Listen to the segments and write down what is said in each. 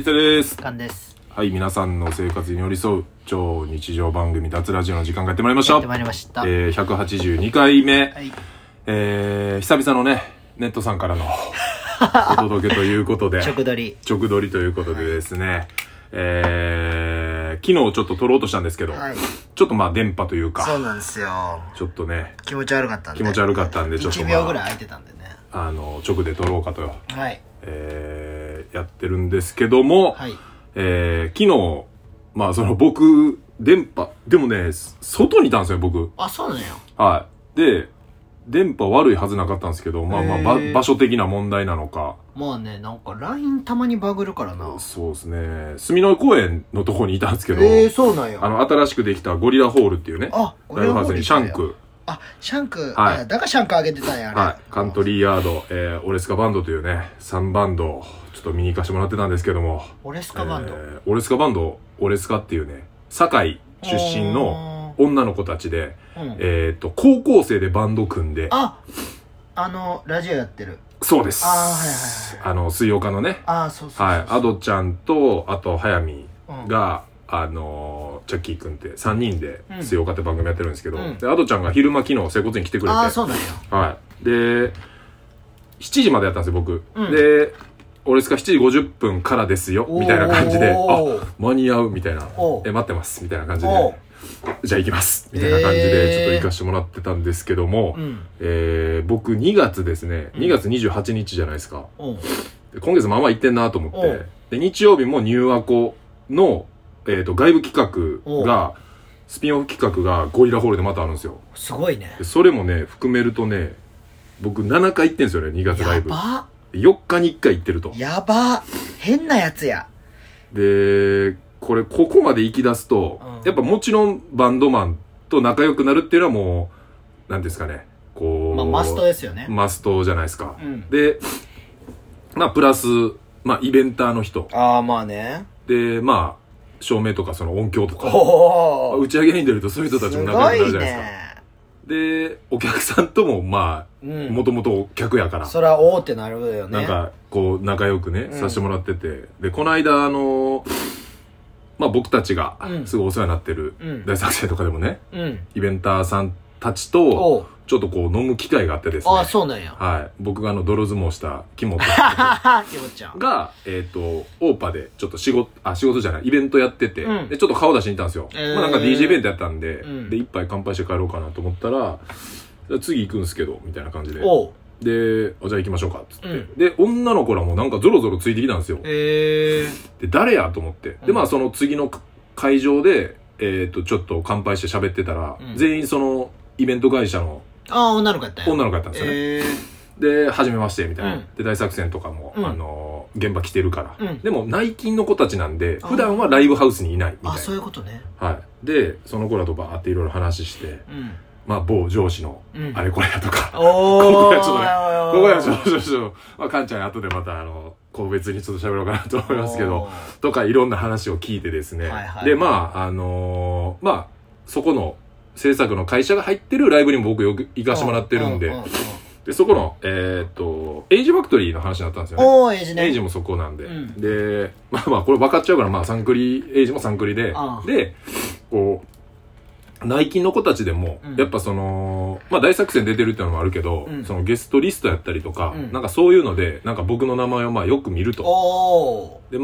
田です。 カンです。 はい、皆さんの生活に寄り添う超日常番組脱ラジオの時間がやってまいりました。 やってまいりました。 182回目、 はい、 久々のねネットさんからのお届けということで直撮りということでですね、昨日ちょっと撮ろうとしたんですけど、 はい、 ちょっとまあ電波というか、 そうなんですよ。 ちょっとね気持ち悪かったんでちょっと、 1秒ぐらい空いてたんでね、 直で撮ろうかと、 はい、 やってるんですけども、 はい、 昨日まあその僕電波でもね外にいたんですよ僕。 あ、そうなんや。 はい。で電波悪いはずなかったんですけど、まあまあ場所的な問題なのか、 まあね、なんか LINE たまにバグるからな。 そうですね、住之江公園のとこにいたんですけど、 そうなんや。 新しくできたゴリラホールっていうね、 ライブハウスにシャンク、 シャンク、 はい、 だからシャンクあげてたんや。 はい、カントリーヤード、オレスカバンドというね3バンドをちょっと見に行かせてもらってたんですけども、 オレスカバンド、 オレスカバンド、オレスカっていうね堺出身の女の子たちで、高校生でバンド組んで、 ラジオやってる。 そうです。 はい。 水曜日のね、 そう。 はい、アドちゃんとあと早見が、チャッキーくんって3人で水曜日って番組やってるんですけど、でアドちゃんが昼間昨日整骨院来てくれて、 そうなんや。 はい。で7時までやったんですよ僕、でオレスカ7時50分からですよみたいな感じで、間に合うみたいな、待ってますみたいな感じで、じゃあ行きますみたいな感じでちょっと行かしてもらってたんですけども、僕2月ですね、2月28日じゃないですか。今月まあまあ行ってんなと思って、で日曜日もニューアコの、外部企画がスピンオフ企画がゴリラホールでまたあるんですよ。 すごいね。 でそれもね含めるとね、僕7回行ってんですよね、2月ライブ。 やば。 4日に1回行ってると。 やば。変なやつや。 でここまで行き出すと、やっぱもちろんバンドマンと仲良くなるっていうのはもうなんですかね、こう、 マストですよね。 マストじゃないですか。でまあプラスイベンターの人、 まあね、 で照明とかその音響とか、打ち上げに出るとそういう人たちも仲良くなるじゃないですか。でお客さんとももともと客やから、 それはおーってなるよね。 なんかこう仲良くね、させてもらってて、でこの間僕たちがすごいお世話になってる大作戦とかでもね、イベンターさんたちとちょっとこう飲む機会があってですね。 そうなんや。 はい。僕が泥相撲したキモちゃんがオーパでちょっと仕事じゃないイベントやってて、でちょっと顔出しに行ったんですよ。なんか DJ イベントやったんで、で一杯乾杯して帰ろうかなと思ったら、次行くんですけどみたいな感じで。で、じゃあ行きましょうかっつって、で女の子らもなんかゾロゾロついてきたんですよ。で誰やと思って、でその次の会場でちょっと乾杯して喋ってたら、全員そのイベント会社の女の子やったんですよね。で初めましてみたいな、で大作戦とかも現場来てるから、でも内勤の子たちなんで普段はライブハウスにいないみたいな。 そういうことね。 はい。でその子らとバーっていろいろ話して、某上司のあれこれやとか、ここやちょっとカンちゃんに後でまた個別にちょっと喋ろうかなと思いますけど、とかいろんな話を聞いてですね、でそこの制作の会社が入ってるライブにも僕よく行かしてもらってるんで、でそこのエイジファクトリーの話になったんですよね。エイジもそこなんで、でこれ分かっちゃうからサンクリエイジもサンクリで、でこう内勤の子たちでも、やっぱその大作戦出てるっていうのもあるけど、そのゲストリストやったりとか、なんかそういうのでなんか僕の名前をよく見ると。で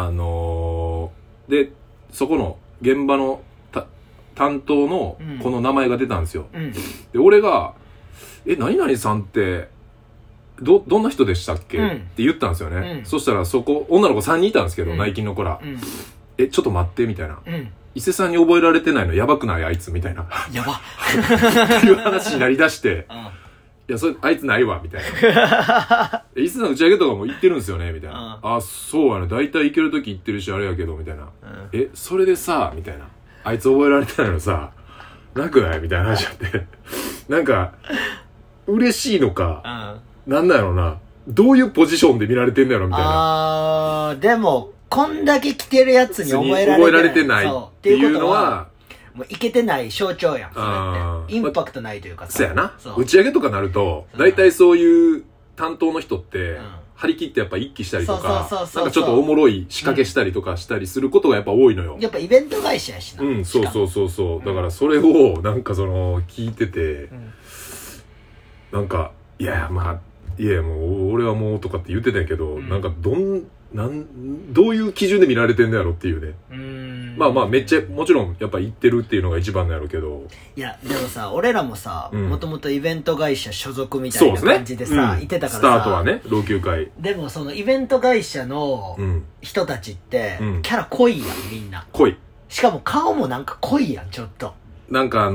でそこの現場の担当のこの名前が出たんですよ。で俺が何々さんってどんな人でしたっけ、って言ったんですよね。そしたらそこ女の子3人いたんですけど、内勤の子ら、ちょっと待ってみたいな、伊勢さんに覚えられてないのやばくないあいつみたいなやばっていう話になりだして、いやそれあいつないわみたいな伊勢さん打ち上げとかも行ってるんですよねみたいな、そうやね、大体行ける時行ってるしあれやけどみたいな、それでさみたいな、あいつ覚えられてないのさなくないみたいな話あってなんか嬉しいのか、なんだろうな、どういうポジションで見られてんだろうみたいな。 でもこんだけ来てるやつに覚えられてないっていうのはもういけてない象徴やん。それってインパクトないというかそうやな。打ち上げとかなると大体そういう担当の人って張り切ってやっぱ一気したりとか、なんかちょっとおもろい仕掛けしたりとかしたりすることがやっぱ多いのよ。 やっぱイベント会社やしな。 うん、そうそうそうそう。だからそれをなんかその聞いてて、なんかいやまあいやもう俺はもうとかって言ってたんやけど、なんかどういう基準で見られてんのやろっていうね。まあまあめっちゃもちろんやっぱ行ってるっていうのが一番なんやろうけど。 いやでもさ、俺らもさ、もともとイベント会社所属みたいな感じでさ、いてたからさ、 スタートはね、老朽会。 でもそのイベント会社の人たちって、キャラ濃いやん、みんな。 濃い。 しかも顔もなんか濃いやん、ちょっと。 なんか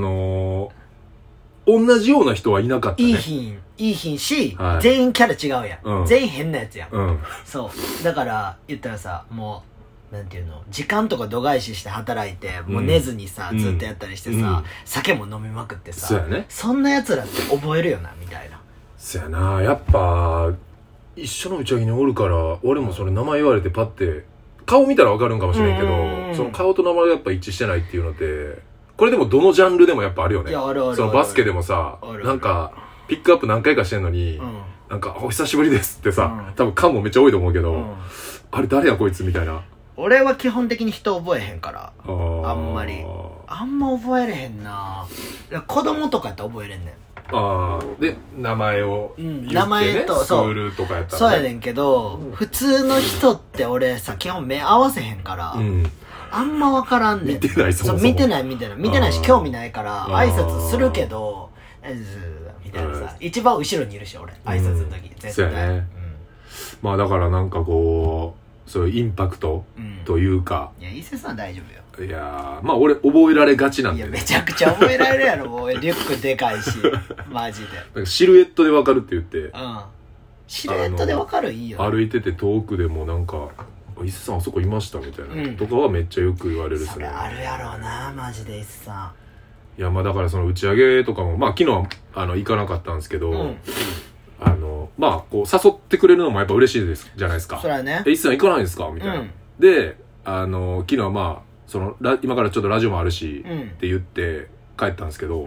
同じような人はいなかったね。 いい品し、全員キャラ違うやん。全員変なやつやん。そう。だから、言ったらさ、もう、なんていうの、時間とか度外視して働いて、もう寝ずにさ、ずっとやったりしてさ、酒も飲みまくってさ、 そうやね。 そんな奴らって覚えるよな、みたいな。 そうやな、やっぱ、一緒の打ち上げにおるから、俺もそれ名前言われてパッて、顔見たらわかるんかもしれんけど、その顔と名前がやっぱ一致してないっていうので、これでもどのジャンルでもやっぱあるよね。 いや、あるある。 そのバスケでもさ、なんか、ピックアップ何回かしてんのに、なんか、お久しぶりですってさ、多分感もめっちゃ多いと思うけど、あれ誰やこいつみたいな。 俺は基本的に人覚えへんから、あんまり。あんま覚えれへんな。子供とかって覚えれんねん。 で、名前を言ってね、 名前と、 スクールとかやったら、ね。 そうやねんけど、普通の人って俺さ、基本目合わせへんから、あんまわからんねん。 見てない、そもそも。 見てないし、興味ないから、挨拶するけど、みたいなさ、一番後ろにいるし、俺、挨拶の時、絶対。 そうやね。まあだからなんかこう、そういうインパクトというか。 いや、伊勢さん大丈夫よ。 いやー、まあ俺覚えられがちなんで、ね。 いや、めちゃくちゃ覚えられるやろ、もう。リュックでかいし、マジで。 なんかシルエットでわかるって言って。 シルエットでわかるいいよ、 ね。歩いてて遠くでもなんか、伊勢さんあそこいましたみたいな、とかはめっちゃよく言われるっすね。 それあるやろうな、マジで伊勢さん。いや、まあだからその打ち上げとかも、まあ昨日行かなかったんですけど、まあこう誘ってくれるのもやっぱ嬉しいですじゃないですか。 それはね。 伊勢さん行かないんですかみたいな。で、昨日はまあ、その今からちょっとラジオもあるし、って言って帰ったんですけど、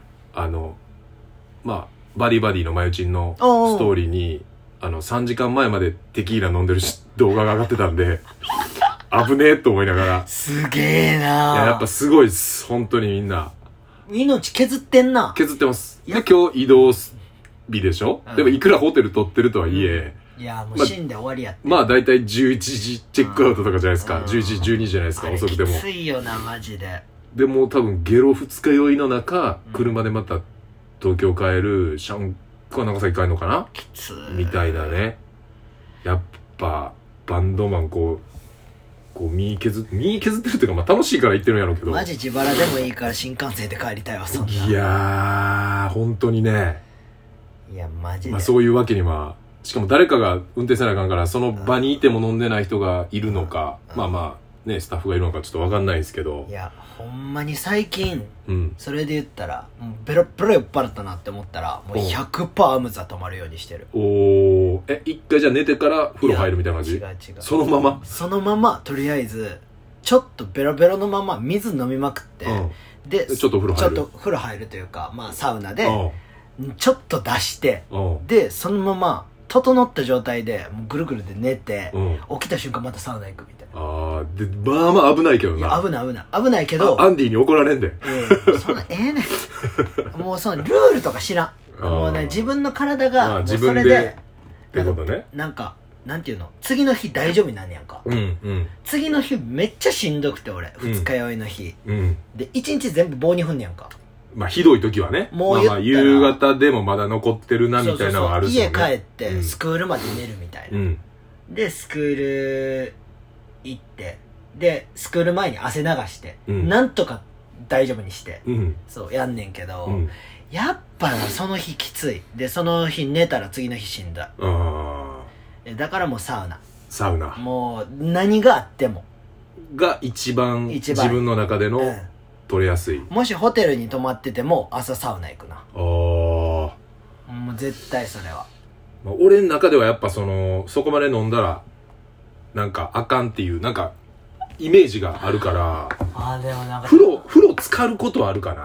まあ、バディバディのマユチンのストーリーに、3時間前までテキーラ飲んでる動画が上がってたんで、危ねえと思いながら。 すげえな。 いや、やっぱすごいです。本当にみんな。 命削ってんな。 削ってます。で、今日移動日でしょ、でもいくらホテル取ってるとはいえ、 いや、もう死んで終わりやって。 まあ大体11時チェックアウトとかじゃないですか。11時、12時じゃないですか、遅くても。 きついよな、マジで。 でも多分ゲロ二日酔いの中、車でまた東京帰る、シャンクは長崎帰るのかな、 きつみたいなね。やっぱ、バンドマンこう身削ってるっていうか、まあ楽しいから言ってるんやろうけど。 マジ自腹でもいいから新幹線で帰りたいわ、そんな。 いやー、本当にね。 いや、マジで。 まあそういうわけには、しかも誰かが運転せなあかんから、その場にいても飲んでない人がいるのか、まあまあ、ね、スタッフがいるのかちょっとわかんないですけど。 いや、ほんまに最近、それで言ったら、もうベロッベロ酔っ払ったなって思ったら、もう 100% アムザ止まるようにしてる。 一回じゃあ寝てから風呂入るみたいな感じ？ 違う。 そのまま？ そのまま、とりあえず、ちょっとベロベロのまま水飲みまくって、で、 ちょっと風呂入るというか、まあサウナで、ちょっと出して、で、そのまま、整った状態で、もうぐるぐるで寝て、起きた瞬間またサウナ行くみたいな。 で、まあまあ危ないけどな。 いや、危ないけど。 アンディに怒られんで。 そんな、ねん。もうそのルールとか知らん。もうね、自分の体が、 自分で、ってことね。 なんか、なんていうの、次の日大丈夫になんねやんか。次の日めっちゃしんどくて俺、二日酔いの日。で、一日全部棒に踏んねやんか。 まあひどい時はね。まあ夕方でもまだ残ってるなみたいなのはあるし、ね。 家帰ってスクールまで寝るみたいな。で、スクール行って、で、スクール前に汗流して、なんとか大丈夫にして、そう、やんねんけど、やっぱその日きつい。で、その日寝たら次の日死んだ。だからもうサウナ。もう何があっても。 が一番自分の中での、取れやすい。 もしホテルに泊まってても朝サウナ行くな。もう絶対それは。 俺の中ではやっぱそこまで飲んだらなんかあかんっていうなんかイメージがあるから。 でもなんか風呂浸かることはあるかな。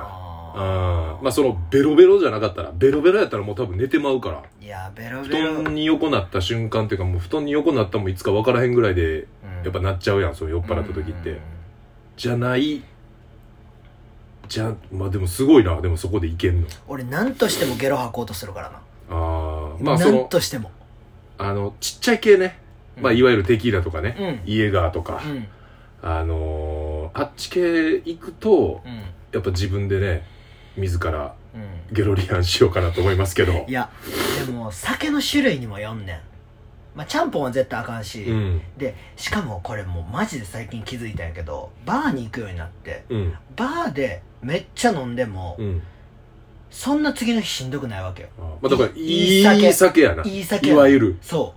まあそのベロベロじゃなかったら、ベロベロやったらもう多分寝てまうから。 いやベロ布ベロ団に横なった瞬間っていうか、もう布団に横なったもいつか分からへんぐらいで、やっぱなっちゃうやん、そう酔っ払った時って。じゃない、じゃ、まあでもすごいな、でもそこでいけんの。 俺何としてもゲロ吐こうとするからな。 まあその何としてもちっちゃい系ね、まあいわゆるテキーラとかね、イエガーとか、あっち系行くと、やっぱ自分でね自らゲロリアンしようかなと思いますけど。 いやでも酒の種類にもよんねん。まあちゃんぽんは絶対あかんし、でしかもこれもうマジで最近気づいたんやけど、バーに行くようになって、バーでめっちゃ飲んでも、そんな次の日しんどくないわけよ。 まあだからいい酒やな。 いい酒いわゆる。 そう。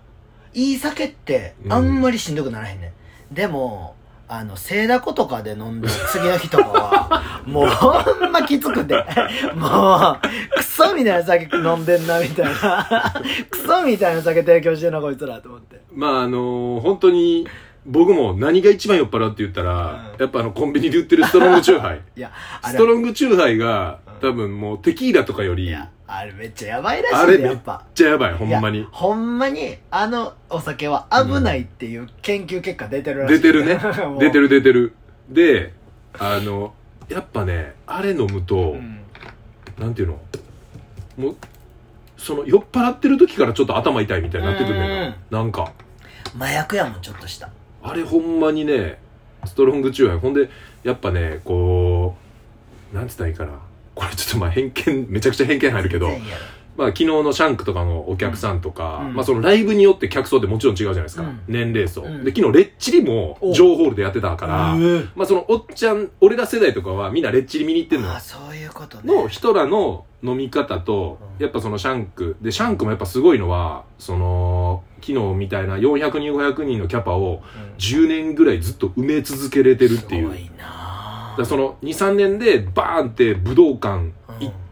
いい酒ってあんまりしんどくならへんねん。でも、セイダコとかで飲んで次の日とかは、もうほんまきつくて、もう、クソみたいな酒飲んでんな、みたいな。クソみたいな酒提供してんな、こいつら、と思って。 まあ本当に、僕も何が一番酔っ払うって言ったら、やっぱコンビニで売ってるストロングチューハイ。いや、ストロングチューハイが、多分もうテキーラとかより、いや、 あれめっちゃやばいらしいね、やっぱ。 めっちゃやばい、ほんまに。 ほんまに、お酒は危ないっていう研究結果出てるらしい。 出てるね。出てる。で、やっぱね、あれ飲むと、なんていうの、もう、その酔っ払ってる時からちょっと頭痛いみたいになってくるねんな。なんか。 麻薬やもん、ちょっとした。 あれほんまにね、ストロングチューハイ。ほんで、やっぱね、こう、なんつったらいいかな。これちょっとまあめちゃくちゃ偏見入るけど、まあ昨日のシャンクとかのお客さんとか、まあそのライブによって客層ってもちろん違うじゃないですか。年齢層。で、昨日レッチリもジョーホールでやってたから、まあそのおっちゃん、俺ら世代とかはみんなレッチリ見に行ってんのよ。 そういうことね。 の人らの飲み方と、やっぱそのシャンク。で、シャンクもやっぱすごいのは、その、昨日みたいな400人500人のキャパを10年ぐらいずっと埋め続けれてるっていう。 すごいなだその2、3年でバーンって武道館行って、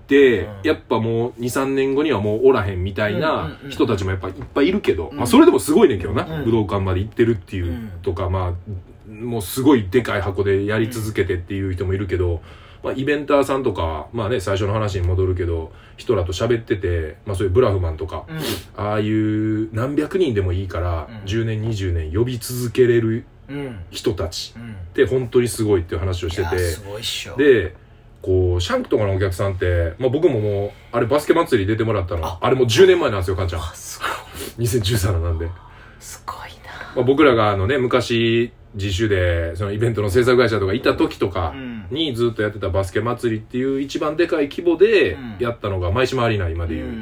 やっぱもう2、3年後にはもうおらへんみたいな人たちもやっぱいっぱいいるけど、まあそれでもすごいねんけどな、武道館まで行ってるっていうとか、まあ、もうすごいでかい箱でやり続けてっていう人もいるけど、まあイベンターさんとか、まあね、最初の話に戻るけど、人らと喋ってて、まあそういうブラフマンとか、ああいう何百人でもいいから、10年、20年呼び続けれる人たちって本当にすごいっていう話をしてて、でこうシャンクとかのお客さんって、まあ、僕ももうあれバスケ祭り出てもらったのあれもう10年前なんですよ、かんちゃん。2013なんで、 すごいな。 まあ、僕らがね昔自主でそのイベントの制作会社とかいた時とかにずっとやってたバスケ祭りっていう一番でかい規模でやったのが舞島アリーナ今でいう、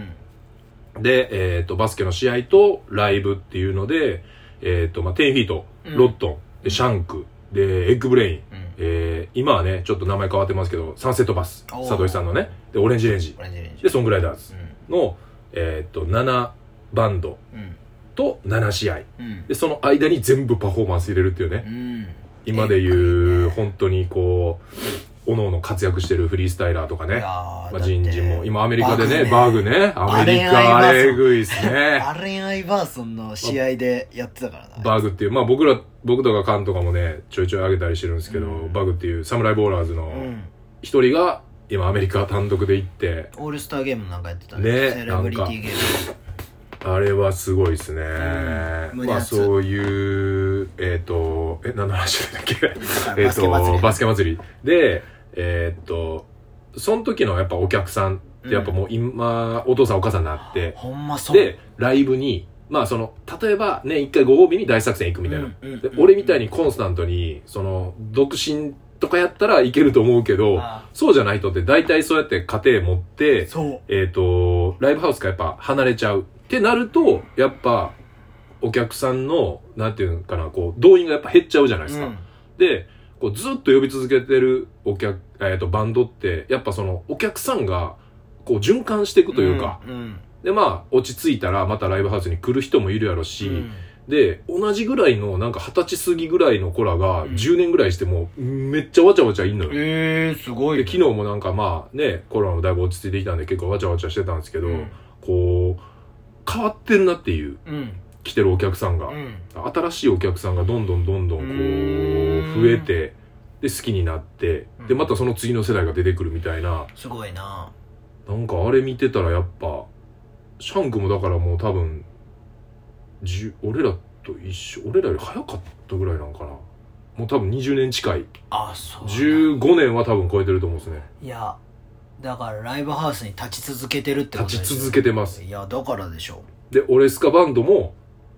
で、バスケの試合とライブっていうので、まあ、10フィート、ロットン、でシャンク、で、エッグブレイン、今はね、ちょっと名前変わってますけど、サンセットバス、サトシさんのね、で、オレンジレンジ、で、ソングライダーズの、7バンドと7試合、で、その間に全部パフォーマンス入れるっていうね、今でいう、本当にこう、おのおの活躍してるフリースタイラーとかね。まあ、人事も。今アメリカでね、バーグね。アメリカあれぐいっすね。 アレン・アイバーソンの試合でやってたからな。 バーグっていう、まあ僕とかカンとかもね、ちょいちょい上げたりしてるんですけど、バーグっていうサムライボーラーズの一人が、今アメリカ単独で行って。 オールスターゲームなんかやってたね。セレブリティゲーム。 あれはすごいですね。まあそういう、何の話だっけバスケ祭り。で、その時のやっぱお客さんってやっぱもう今、お父さんお母さんになって、 ほんまそう。 で、ライブに、まあその、例えばね、一回ご褒美に大作戦行くみたいな。で、俺みたいにコンスタントに、その、独身とかやったらいけると思うけど、そうじゃない人って大体そうやって家庭持って、ライブハウスからやっぱ離れちゃう。ってなると、やっぱ、お客さんの、なんていうのかな、こう、動員がやっぱ減っちゃうじゃないですか。で、こうずっと呼び続けてるバンドって、やっぱその、お客さんが、こう循環していくというか、で、まあ、落ち着いたらまたライブハウスに来る人もいるやろし、で、同じぐらいの、なんか20歳過ぎぐらいの子らが、10年ぐらいしても、めっちゃわちゃわちゃいんのよ。 すごい。 で、昨日もなんかまあね、コロナもだいぶ落ち着いてきたんで結構わちゃわちゃしてたんですけど、こう、変わってるなっていう、来てるお客さんが、新しいお客さんがどんどんこう、増えて、 で好きになって、でまたその次の世代が出てくるみたいな。 すごいな。 なんかあれ見てたらやっぱシャンクもだからもう多分俺らと一緒、俺らより早かったぐらいなんかな。もう多分20年近い。 あ、そう。 15年は多分超えてると思うんですね。 いや、だからライブハウスに立ち続けてるってことでしょ。 立ち続けてます。 いや、だからでしょ。 で、オレスカバンドも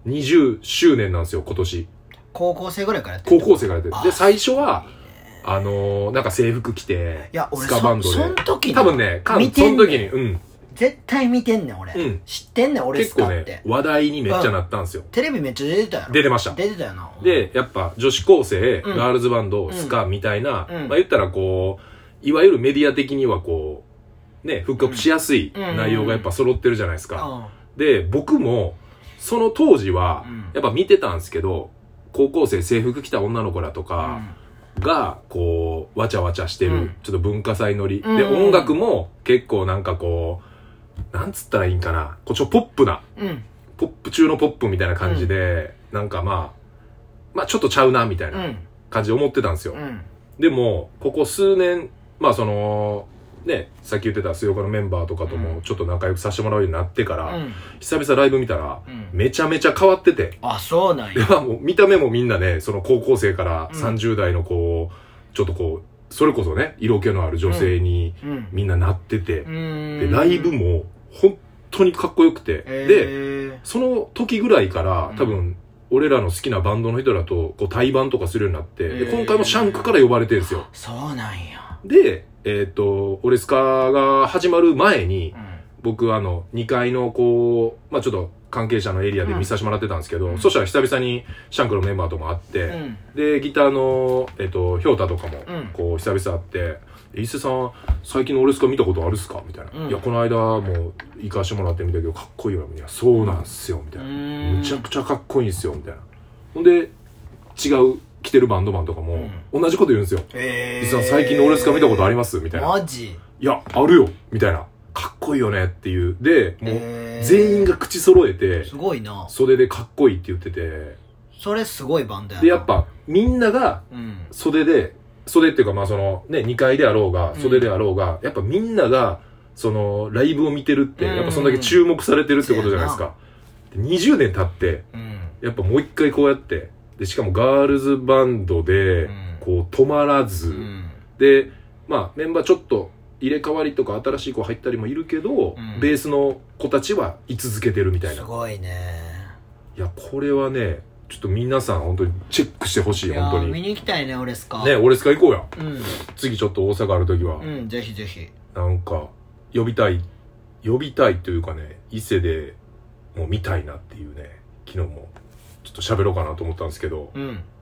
20周年なんですよ、今年。 高校生ぐらいからやってる。 高校生からやってる。で、最初は、なんか制服着て、 いや、俺スカバンドで。 その時に。 多分ね、その時に、 絶対見てんねん、俺。知ってんねん、俺スカって。 結構ね、話題にめっちゃなったんですよ。 テレビめっちゃ出てたよ。 出てました。 出てたよな。 で、やっぱ女子高生、ガールズバンド、スカみたいな、まあ言ったらこう、いわゆるメディア的にはこう、ね、フックアップしやすい内容がやっぱ揃ってるじゃないですか。で、僕も、その当時は、やっぱ見てたんですけど、高校生制服着た女の子らとかが、こう、わちゃわちゃしてる、ちょっと文化祭乗り。で、音楽も結構なんかこう、なんつったらいいんかな。こうポップな、ポップ中のポップみたいな感じで、なんかまあちょっとちゃうな、みたいな感じで思ってたんですよ。でも、ここ数年、まあその、ね、さっき言ってた水曜日のメンバーとかともちょっと仲良くさせてもらうようになってから、久々ライブ見たら、めちゃめちゃ変わってて。 あ、そうなんや。 もう見た目もみんなね、その高校生から30代のこう、ちょっとこう、それこそね、色気のある女性にみんななってて、で、ライブも本当にかっこよくて、で、その時ぐらいから多分、俺らの好きなバンドの人らとこう対バンとかするようになって、で今回もシャンクから呼ばれてるんですよ。 そうなんや。 で、オレスカが始まる前に、僕2階のこう、まあちょっと関係者のエリアで見させてもらってたんですけど、そしたら久々にシャンクのメンバーとも会って、で、ギターの、ひょうたとかも、こう、久々会って、伊勢さん、最近のオレスカ見たことあるっすかみたいな。いや、この間も行かしてもらってみたけど、かっこいいわ。いや、そうなんすよ。みたいな。むちゃくちゃかっこいいんすよ。みたいな。ほんで、違う、来てるバンドマンとかも、同じこと言うんですよ。伊勢さん、最近のオレスカ見たことありますみたいな。 マジ？ いや、あるよ。みたいな。かっこいいよねっていう。で、もう、全員が口揃えて、 すごいな。 袖でかっこいいって言ってて。 それすごいバンドやな。 で、やっぱ、みんなが、袖っていうか、まあその、ね、2階であろうが、袖であろうが、やっぱみんなが、その、ライブを見てるって、やっぱそんだけ注目されてるってことじゃないですか。20年経って、やっぱもう一回こうやって、で、しかもガールズバンドで、こう、止まらず、で、まあ、メンバーちょっと入れ替わりとか新しい子入ったりもいるけど、ベースの子たちは居続けてるみたいな。 すごいね。 いや、これはね、ちょっと皆さん本当にチェックしてほしい、本当に。 見に行きたいね、オレスカ。 ね、オレスカ行こうや。次ちょっと大阪あるときは。 ぜひぜひ。 なんか、呼びたいというかね、伊勢でもう見たいなっていうね、昨日もちょっと喋ろうかなと思ったんですけど、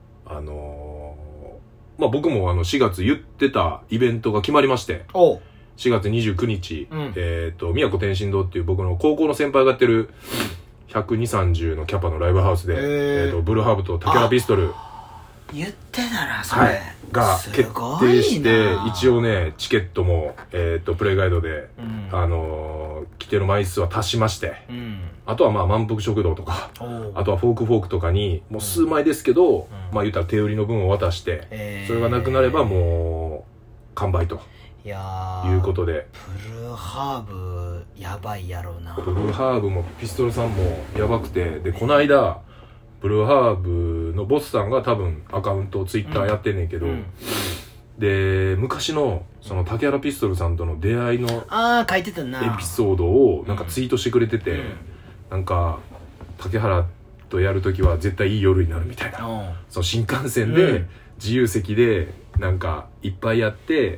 まあ僕も4月言ってたイベントが決まりまして、4月29日、宮古天神堂っていう僕の高校の先輩がやってる120、30のキャパのライブハウスで、ブルーハーブと竹原ピストル、 言ってたな、それ。はい。 が決定して、一応ね、チケットも、プレイガイドで、来てる枚数は足しまして、あとはまあ満腹食堂とか、あとはフォークとかに、もう数枚ですけど、まあ言ったら手売りの分を渡して、それがなくなればもう、完売と。いうことで。 ブルーハーブ、やばいやろうな。 ブルーハーブもピストルさんもやばくて、で、この間、ブルーハーブのボスさんが多分アカウントをツイッターやってんねんけど、で、昔のその竹原ピストルさんとの出会いの書いてたなエピソードをなんかツイートしてくれてて、なんか竹原とやるときは絶対いい夜になるみたいな、その新幹線で自由席でなんかいっぱいやって、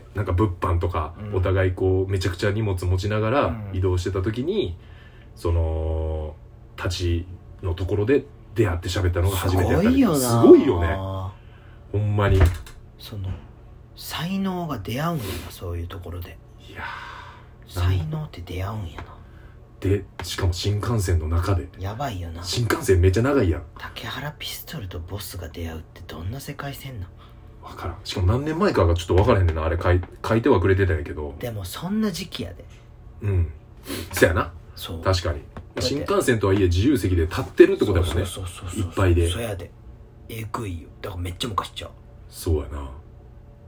なんか物販とかお互いこうめちゃくちゃ荷物持ちながら移動してたときに、その立ちのところで出会って喋ったのが初めてやったり。すごいよね、ほんまに。 その才能が出会うんやな、そういうところで。 いや才能って出会うんやな。 で、しかも新幹線の中で。 やばいよな。 新幹線めっちゃ長いやん。 竹原ピストルとボスが出会うってどんな世界線なん？ わからん。しかも何年前かがちょっとわからへんねんな。あれ書いてはくれてたんやけど。 でもそんな時期やで。 そやな。そう。確かに。新幹線とはいえ自由席で立ってるってことだもんね。いっぱいで。 そやで。えぐいよ。だからめっちゃ昔ちゃう。 そうやな。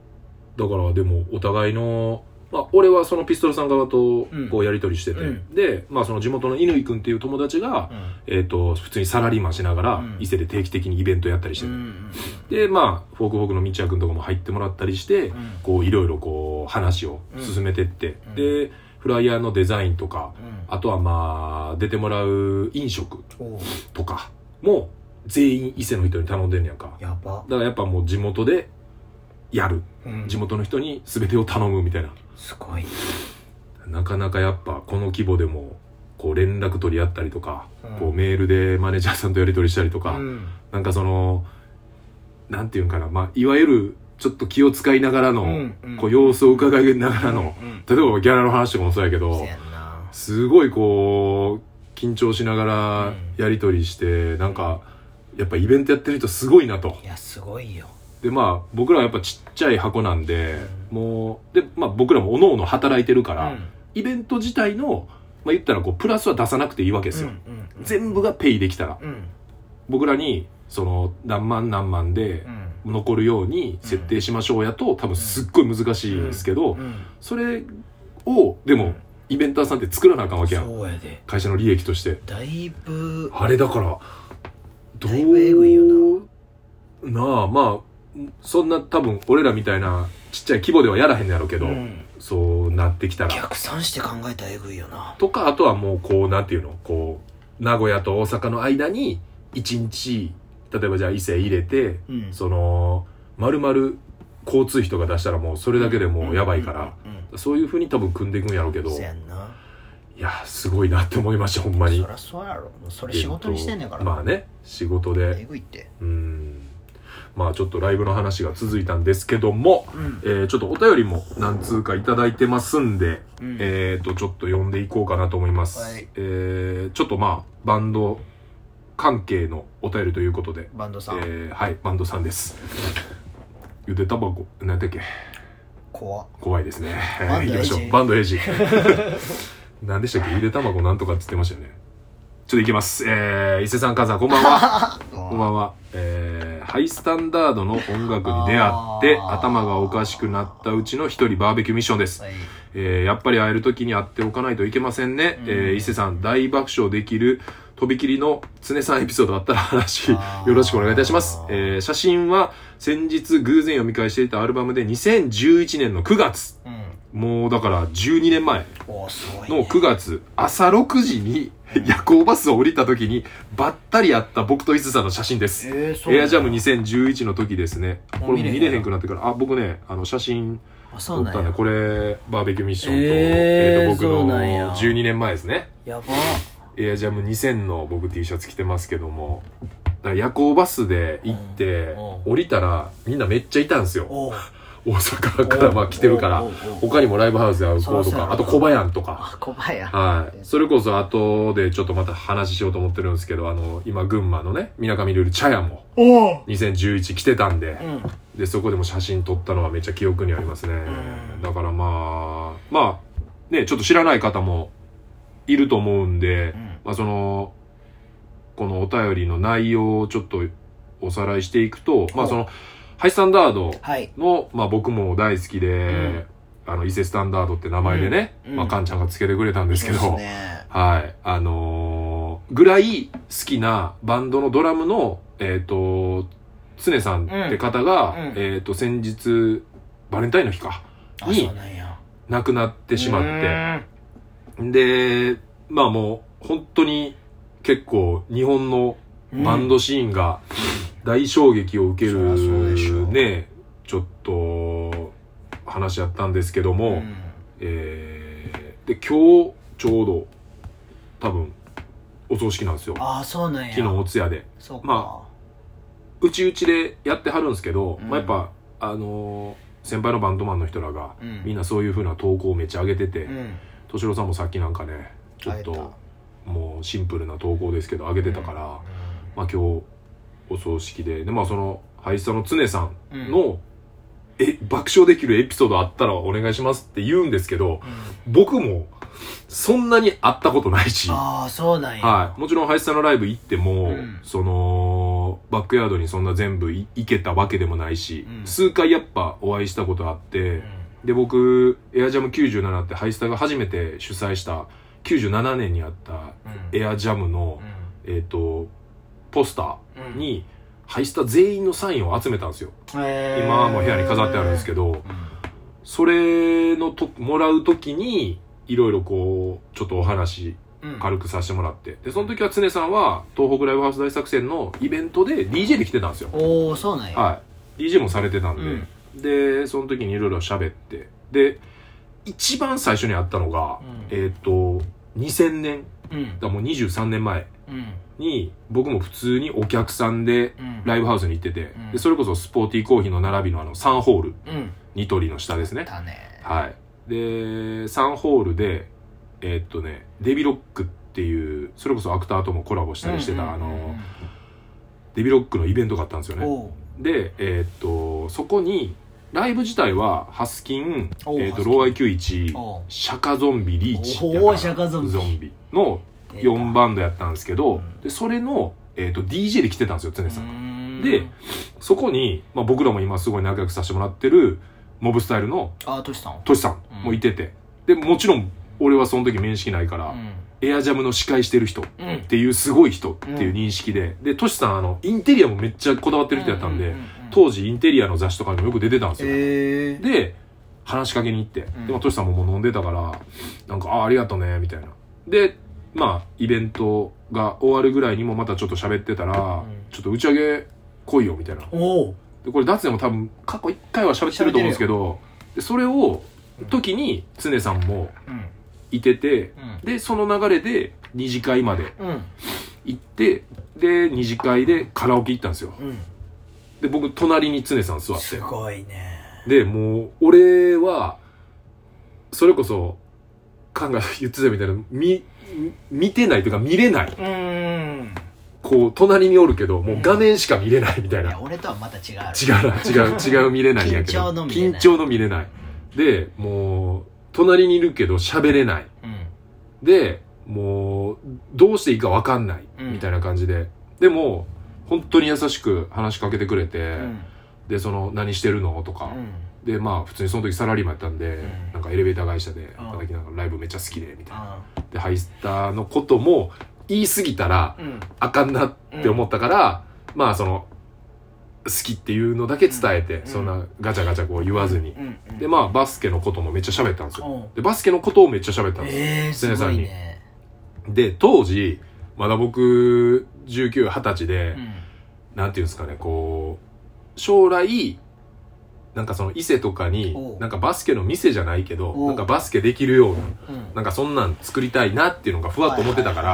だからでもお互いの、まあ、俺はそのピストルさん側とこうやり取りしてて、で、まあ、その地元の乾くんっていう友達が、普通にサラリーマンしながら、伊勢で定期的にイベントやったりしてて、で、まあ、フォークフォークの道也くんとかも入ってもらったりして、こう、いろいろこう、話を進めてって、で、フライヤーのデザインとか、あとはまあ、出てもらう飲食とかも、全員伊勢の人に頼んでんねやんか。 やば。 だからやっぱもう地元でやる。地元の人に全てを頼むみたいな。 すごい。 なかなかやっぱこの規模でもこう連絡取り合ったりとか、こうメールでマネージャーさんとやり取りしたりとか、なんかそのなんていうんかな、まあいわゆるちょっと気を使いながらの、こう様子を伺いながらの、例えばギャラの話とかもそうやけど、すごいこう緊張しながらやり取りして、なんかやっぱイベントやってる人すごいなと。 いやすごいよ。 でまあ僕らはやっぱちっちゃい箱なんで、もうでまあ僕らもおのおの働いてるから、イベント自体のまあ言ったらこうプラスは出さなくていいわけですよ。全部がペイできたら、僕らにその何万何万で残るように設定しましょうやと、多分すっごい難しいんですけど、それをでもイベンターさんって作らなあかんわけやん。 そうやで。 会社の利益としてだいぶあれだからだいぶえぐいよなあ。まあそんな多分俺らみたいなちっちゃい規模ではやらへんやろうけど、そうなってきたら逆算して考えたらえぐいよなとか、あとはもうこうなんていうの、こう名古屋と大阪の間に1日例えばじゃあ伊勢入れて、その丸々交通費とか出したらもうそれだけでもうやばいから、そういう風に多分組んでいくんやろうけど、 そうやんな。 いやすごいなって思いましたほんまに。 そりゃそうやろ、それ仕事にしてんねんから。 まあね、仕事でえぐいって。 まあちょっとライブの話が続いたんですけども、ちょっとお便りも何通かいただいてますんで、ちょっと読んでいこうかなと思います。ちょっとまあバンド関係のお便りということで、 バンドさん、 はい、バンドさんです。ゆでたばこ何だっけ、怖いですね。行きましょう。バンドエイジ何でしたっけ、ゆでたばこなんとかって言ってましたよね。ちょっといきます。伊勢さん、カンさん、こんばんは。こんばんは。ハイスタンダードの音楽に出会って頭がおかしくなったうちの一人、バーベキューミッションです。やっぱり会える時に会っておかないといけませんね。伊勢さん、大爆笑できるとびきりの常さんエピソードあったら話よろしくお願いいたします。写真は先日偶然読み返していたアルバムで2011年の9月、もうだから12年前の9月、朝6時に夜行バスを降りた時にばったり会った僕と伊勢さんの写真です。エアジャム2011の時ですね。これ見れへんくなってから、僕ね、写真撮ったんで、これバーベキューミッションと、僕の12年前ですね。 やば。 エアジャム2000の僕 T シャツ着てますけども、だから夜行バスで行って降りたらみんなめっちゃいたんですよ。大阪からまあ来てるから、他にもライブハウスで会う子とか、あと小林とか。 小林。 はい。それこそ後でちょっとまた話しようと思ってるんですけど、今群馬のね、みなかみる茶屋も2011来てたんで、で、そこでも写真撮ったのはめっちゃ記憶にありますね。だからまあ、ね、ちょっと知らない方もいると思うんで、まあこのお便りの内容をちょっとおさらいしていくと、まあハイスタンダードの、まあ僕も大好きで、伊勢スタンダードって名前でね、まあカンちゃんがつけてくれたんですけど、はい、ぐらい好きなバンドのドラムの、常さんって方が、先日、バレンタインの日か、に亡くなってしまって、で、まあもう本当に結構日本のバンドシーンが、大衝撃を受けるね、ちょっと話やったんですけども、で今日ちょうど多分お葬式なんですよ。 そうなんや。 昨日お通夜で、まあうちでやってはるんですけど、まあやっぱ先輩のバンドマンの人らが、みんなそういう風な投稿をめっちゃ上げてて、敏郎さんもさっきなんかね、ちょっともうシンプルな投稿ですけど上げてたから、まあ今日お葬式で、まあそのハイスタの常さんの、爆笑できるエピソードあったらお願いしますって言うんですけど、僕もそんなに会ったことないし、 そうなんや。 はい、もちろんハイスタのライブ行っても、 のバックヤードにそんな全部行けたわけでもないし、数回やっぱお会いしたことあって、で僕エアジャム97ってハイスタが初めて主催した97年にあったエアジャムの、ポスターにハイスタ全員のサインを集めたんですよ。今も部屋に飾ってあるんですけど、それのもらう時にいろいろこうちょっとお話軽くさせてもらって、でその時は常さんは東北ライブハウス大作戦のイベントで DJ で来てたんですよ。 おお、そうなんや。 はい、DJ もされてたんで、でその時にいろいろ喋って、で一番最初に会ったのが、2000年、だもう23年前に僕も普通にお客さんでライブハウスに行ってて、でそれこそスポーティーコーヒーの並びのサンホール、ニトリの下ですね。はい。でサンホールでデビロックっていうそれこそアクターともコラボしたりしてたデビロックのイベントがあったんですよね。でそこにライブ自体はハスキン、ローアイ91、シャカゾンビ、リーチシャカゾンビの4バンドやったんですけど、でそれの、DJ で来てたんですよ、常さんが。でそこに、僕らも今すごい仲良くさせてもらってるモブスタイルのトシさんもいてて、でもちろん俺はその時面識ないから、エアジャムの司会してる人っていうすごい人っていう認識で、でトシさんインテリアもめっちゃこだわってる人やったんで、当時インテリアの雑誌とかにもよく出てたんですよ。で話しかけに行って、でもトシさんももう飲んでたからなんかありがとうねみたいな。でイベントが終わるぐらいにもまたちょっと喋ってたら、ちょっと打ち上げ来いよみたいな。でこれダツでも多分過去1回は喋ってると思うんですけど、でそれを時に常さんもいてて、でその流れで二次会まで行って、で二次会でカラオケ行ったんですよ。で僕隣に常さん座って、 すごいね。 でもう俺はそれこそカンが言ってたみたいな見てないというか見れない、こう隣におるけどもう画面しか見れないみたいな。 いや俺とはまた違う見れないんやけど緊張の見れないで、もう隣にいるけど喋れない、でもうどうしていいか分かんないみたいな感じで、でも本当に優しく話しかけてくれて、で何してるのとか、で普通にその時サラリーマンやったんで、なんかエレベーター会社で働きながらライブめっちゃ好きでみたいな、でハイスターのことも言い過ぎたらあかんなって思ったから、好きっていうのだけ伝えて、そんなガチャガチャこう言わずに、でバスケのこともめっちゃ喋ったんですよ。でバスケのことをめっちゃ喋ったんですよ、常さんに。で当時まだ僕19、20歳で、なんていうんですかね、こう将来なんか伊勢とかになんかバスケの店じゃないけどなんかバスケできるような、なんかそんなん作りたいなっていうのがふわっと思ってたから、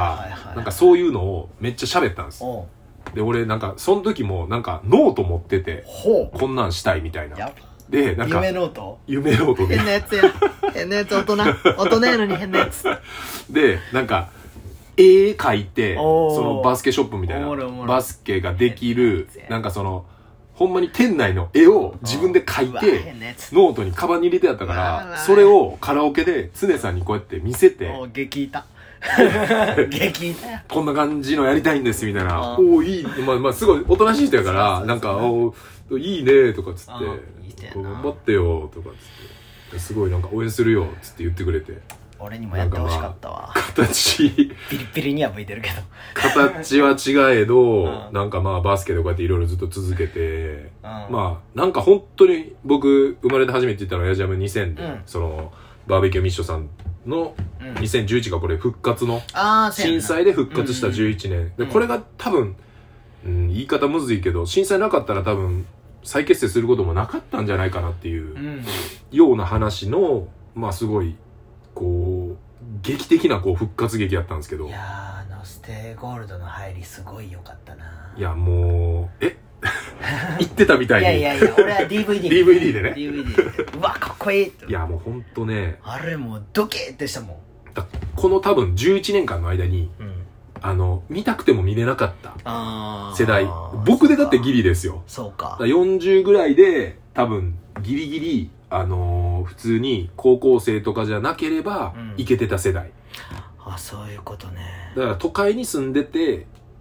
なんかそういうのをめっちゃ喋ったんです。で俺なんかその時もなんかノート持ってて、こんなんしたいみたいな。でなんか夢ノートで変なやつや変なやつ大人やのに変なやつでなんか絵描いて、そのバスケショップみたいなバスケができる、なんかほんまに店内の絵を自分で描いてノートにカバンに入れてやったから、それをカラオケで常さんにこうやって見せて、 激痛激痛こんな感じのやりたいんですみたいな。おいい、すごいおとなしい人やからなんかいいねとかっつって頑張ってよとかっつって、すごいなんか応援するよっつって言ってくれて、 俺にもやってほしかったわ。 形ピリピリには向いてるけど形は違えど、なんかバスケでこうやっていろいろずっと続けて、なんか本当に僕生まれて初めて行ったのはエアジャム2000で、バーベキューミッションさんの2011がこれ復活の震災で復活した11年で、これが多分、言い方むずいけど震災なかったら多分再結成することもなかったんじゃないかなっていうような話のすごいこう劇的なこう復活劇やったんですけど、 いやステイゴールドの入りすごい良かったな。 いやもう言ってたみたいにいや俺は DVD でね DVD でうわかっこいい。 いやもうほんとね、 あれもうドキッてしたもん。 この多分11年間の間に、見たくても見れなかった世代、僕でだってギリですよ。 そうか。 40ぐらいで多分ギリギリ普通に高校生とかじゃなければ行けてた世代、 そういうことね。 だから都会に住んでて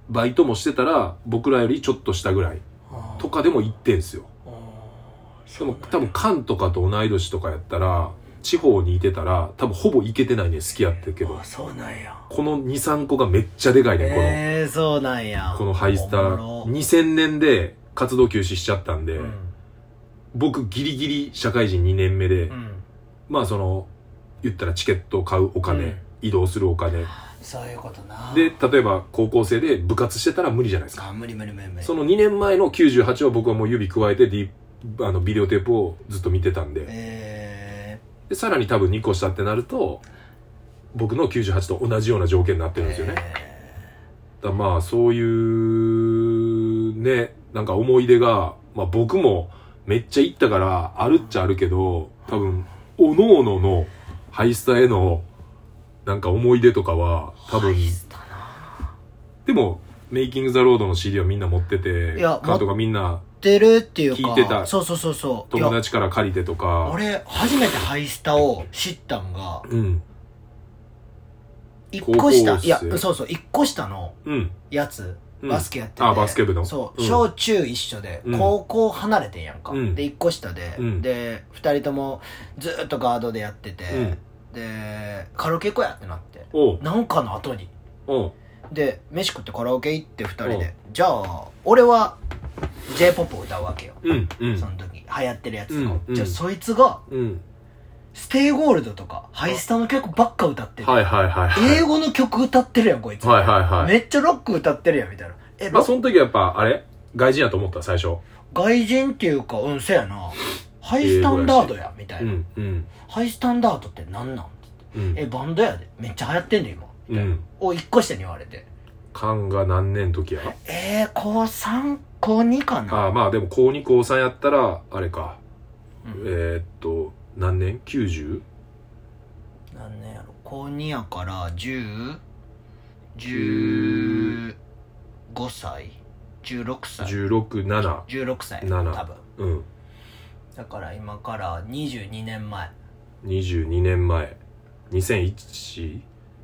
バイトもしてたら僕らよりちょっと下ぐらいとかでも行ってんすよ。でも多分関とかと同い年とかやったら地方にいてたら多分ほぼ行けてないね好きやってるけど、 そうなんや。 この 2,3 個がめっちゃでかいね。 そうなんや。 このハイスタ2000年で活動休止しちゃったんで、僕ギリギリ社会人2年目で、まあその言ったらチケットを買うお金、移動するお金、 そういうことな。 で例えば高校生で部活してたら無理じゃないですか。 無理。 その2年前の98は僕はもう指加えてビデオテープをずっと見てたんで、でさらに多分2個下ってなると僕の98と同じような条件になってるんですよね。だまあそういうね、なんか思い出が、まあ僕もめっちゃ行ったからあるっちゃあるけど、多分おのおののハイスタへのなんか思い出とかは多分、でもメイキングザロードの CD はみんな持ってて、カートがみんなてるっていうか聞いてた。 そう友達から借りてとか。 俺初めてハイスタを知ったんが、1個下、1個下のやつ、バスケやってて、 バスケ部の小中一緒で、高校離れてんやんか、で1個下で、で2人ともずっとガードでやってて、でカラオケ行こうやってなって、なんかの後にで飯食ってカラオケ行って2人で、じゃあ俺は J-POP を歌うわけよ、その時流行ってるやつを、じゃあそいつが、ステイゴールドとかハイスタの曲ばっか歌ってる、英語の曲歌ってるやんこいつ、めっちゃロック歌ってるやんみたいな。 まあその時はやっぱあれ外人やと思った最初。 外人っていうかせやな、ハイスタンダードやみたいな、ハイスタンダードってなんなん、バンドやでめっちゃ流行ってんねん今みたいな、1個下に言われて。 カンが何年の時や？ 高3高2かな。 まあでも高2高3やったらあれか、何年 ?90？ 何年やろ、高2やから15歳16歳16歳多分、だから今から22年前2001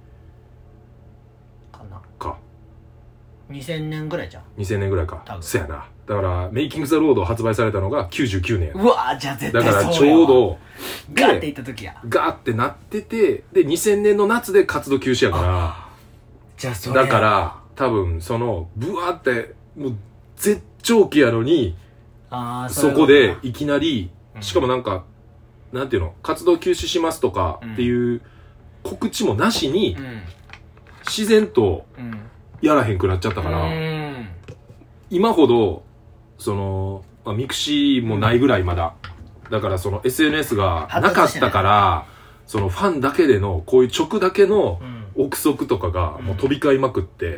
かなか 2000年ぐらいじゃん。 2000年ぐらいか。そやな。だからメイキングザロード発売されたのが99年。 うわじゃあ絶対そうやわ。 だからちょうどガーっていった時や。 ガーってなってて、で2000年の夏で活動休止やから、 じゃあそれだから多分そのブワーってもう絶頂期やのに、そこでいきなり、しかもなんかなんていうの、活動休止しますとかっていう告知もなしに、自然とやらへんくなっちゃったから、今ほどその、ミクシーもないぐらいまだ、だからその SNS がなかったから、そのファンだけでのこういう直だけの憶測とかがもう飛び交いまくって、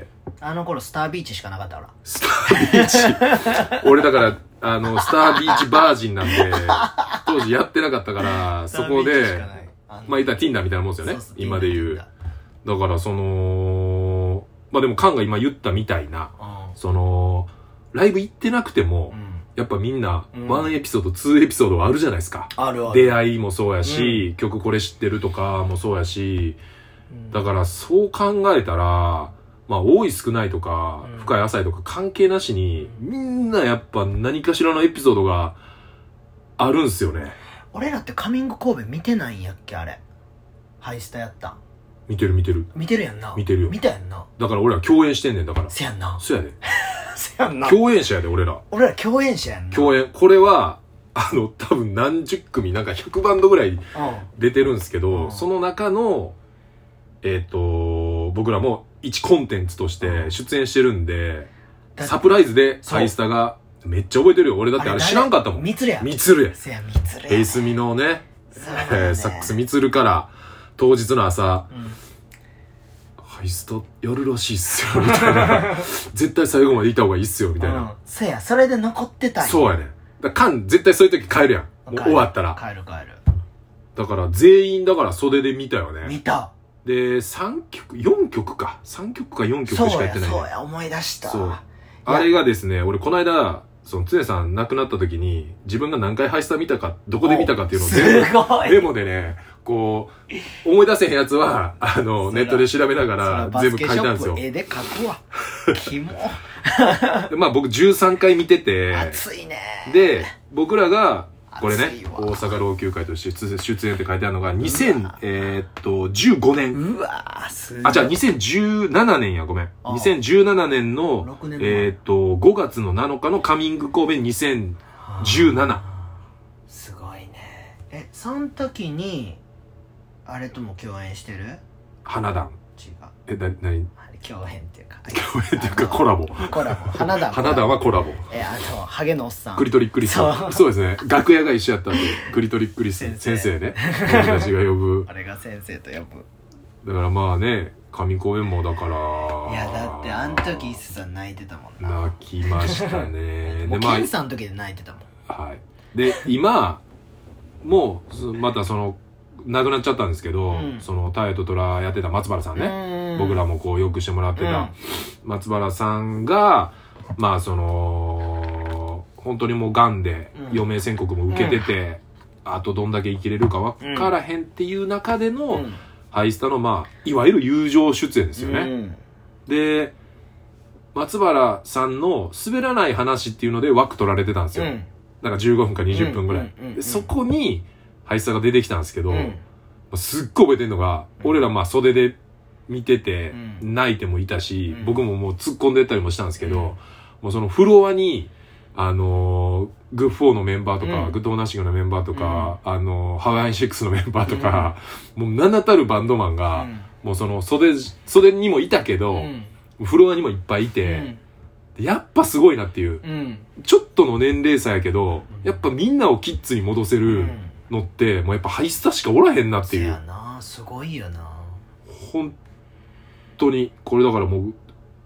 あの頃スタービーチしかなかったから。 スタービーチ俺だからスタービーチバージンなんで当時やってなかったから、そこでまあ言ったら Tinder みたいなもんですよね、今で言う。だからそのまあでもカンが今言ったみたいな、そのライブ行ってなくても、やっぱみんな1エピソード2エピソードはあるじゃないですか。出会いもそうやし、曲これ知ってるとかもそうやし、だからそう考えたら、まあ多い少ないとか、深い浅いとか関係なしに、みんなやっぱ何かしらのエピソードがあるんすよね。 俺らってカミング神戸見てないんやっけ、あれ。ハイスタやったん。 見てる見てる。 見てるやんな。 見てるよ。 見たやんな。 だから俺ら共演してんねんだから。 せやんな。 そやで。 せやんな。 共演者やで、俺ら。 俺ら共演者やんな。 共演。これは、多分何十組、なんか100バンドぐらい出てるんですけど、その中の、僕らも一コンテンツとして出演してるんで、サプライズでハイスタがめっちゃ覚えてるよ。俺だってあれ知らんかったもん。 みつるや。 みつるや。 せや、みつるや。 ベースミのね、サックスみつるから、当日の朝、ハイスタやるらしいっすよ、みたいな。絶対最後までいた方がいいっすよ、みたいな。 せや、それで残ってたんや。 そうやね。だから絶対そういう時帰るやん。もう終わったら。 帰る。 だから全員だから袖で見たよね。 見た。 で、4曲か。3曲か4曲しかやってない、ね。 そうや、思い出した。 そう。あれがですね、俺この間、その常さん亡くなった時に、自分が何回ハイスタ見たか、どこで見たかっていうのを全部メモでね、 こう思い出せへんやつはネットで調べながら全部書いたんですよ。 絵で描くわ。キモ。 まあ僕13回見てて、 熱いね。 で僕らがこれね、大阪老朽会として出演って書いてあるのが2015年。 うわー、すごい。 あ、じゃあ2017年や、ごめん。2017年の、5月の7日のカミング神戸2017。 すごいね。その時に、あれとも共演してる？ 花壇。 違う。 何？ 共演っていうか。 共演っていうかコラボ。 コラボ。花壇。 花壇はコラボ。 ハゲのおっさん。 クリトリックリス。そうですね。楽屋が一緒やったんで、クリトリックリス先生ね。友達が呼ぶ。 あれが先生と呼ぶ。 だからまあね、上公園もだから。 いや、だってあん時伊勢さん泣いてたもんな。 泣きましたね。 もうケンさんの時で泣いてたもん。 はい。で、今、もう、また亡くなっちゃったんですけど、タエとトラやってた松原さんね。僕らもこうよくしてもらってた松原さんが、まあ本当にもう癌で余命宣告も受けてて、あとどんだけ生きれるか分からへんっていう中での、ハイスタのまあ、いわゆる友情出演ですよね。で、松原さんの滑らない話っていうので枠取られてたんですよ。だから15分か20分ぐらい。そこに、ハイスタが出てきたんですけど、すっごい覚えてるのが、俺らまあ袖で見てて、泣いてもいたし、僕ももう突っ込んでったりもしたんですけど、もうそのフロアに、グッフォーのメンバーとか、グッドナッシングのメンバーとか、ハワイアンシックスのメンバーとか、もう名だたるバンドマンが、もうその袖にもいたけど、フロアにもいっぱいいて、やっぱすごいなっていう、ちょっとの年齢差やけど、やっぱみんなをキッズに戻せる、のってもうやっぱハイスタしかおらへんなっていう。 そうやな、すごいよな。 本当にこれだからもう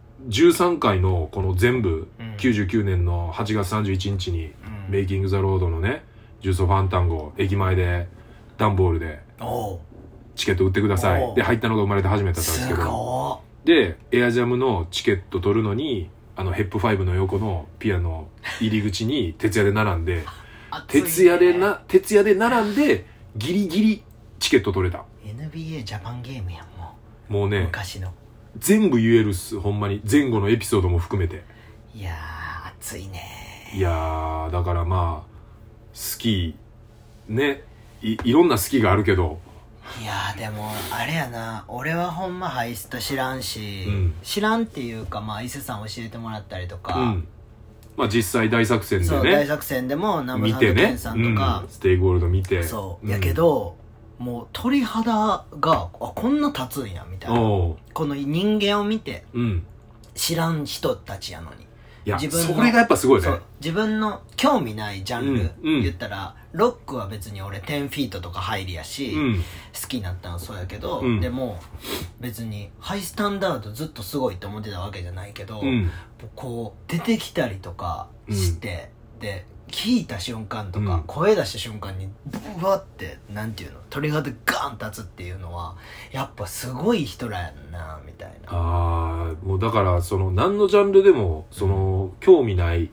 13回のこの全部、99年の8月31日に、メイキング・ザ・ロードのねジュース・ファンタンゴ駅前で段ボールでチケット売ってくださいで入ったのが生まれて初めてだったんですけど、でエアジャムのチケット取るのにヘップ5の横のピアノ入り口に徹夜で並んで徹夜で並んでギリギリチケット取れた。 NBA ジャパンゲームやん。 もうね昔の全部言えるっす、ほんまに前後のエピソードも含めて。 いやー熱いね。 いやーだからまあ好きね、いろんな好きがあるけど、 いやーでもあれやな、俺はほんまハイスタ知らんし、知らんっていうかまあ伊勢さん教えてもらったりとか、 まあ実際大作戦でね、 そう大作戦でも南部さんとケンさんとか、 ステイゴールド見て、 そうやけど、もう鳥肌がこんな立つんやみたいな、この人間を見て、知らん人たちやのに、 いやそれがやっぱすごいね。 自分の興味ないジャンル、言ったらロックは別に俺10フィートとか入りやし、好きになったのはそうやけど、でも別にハイスタンダードずっとすごいと思ってたわけじゃないけど、こう出てきたりとかして、で聞いた瞬間とか、声出した瞬間にブワってなんていうの、鳥肌ガーン立つっていうのはやっぱすごい人らやんなみたいな。 もうだから何のジャンルでも興味ない、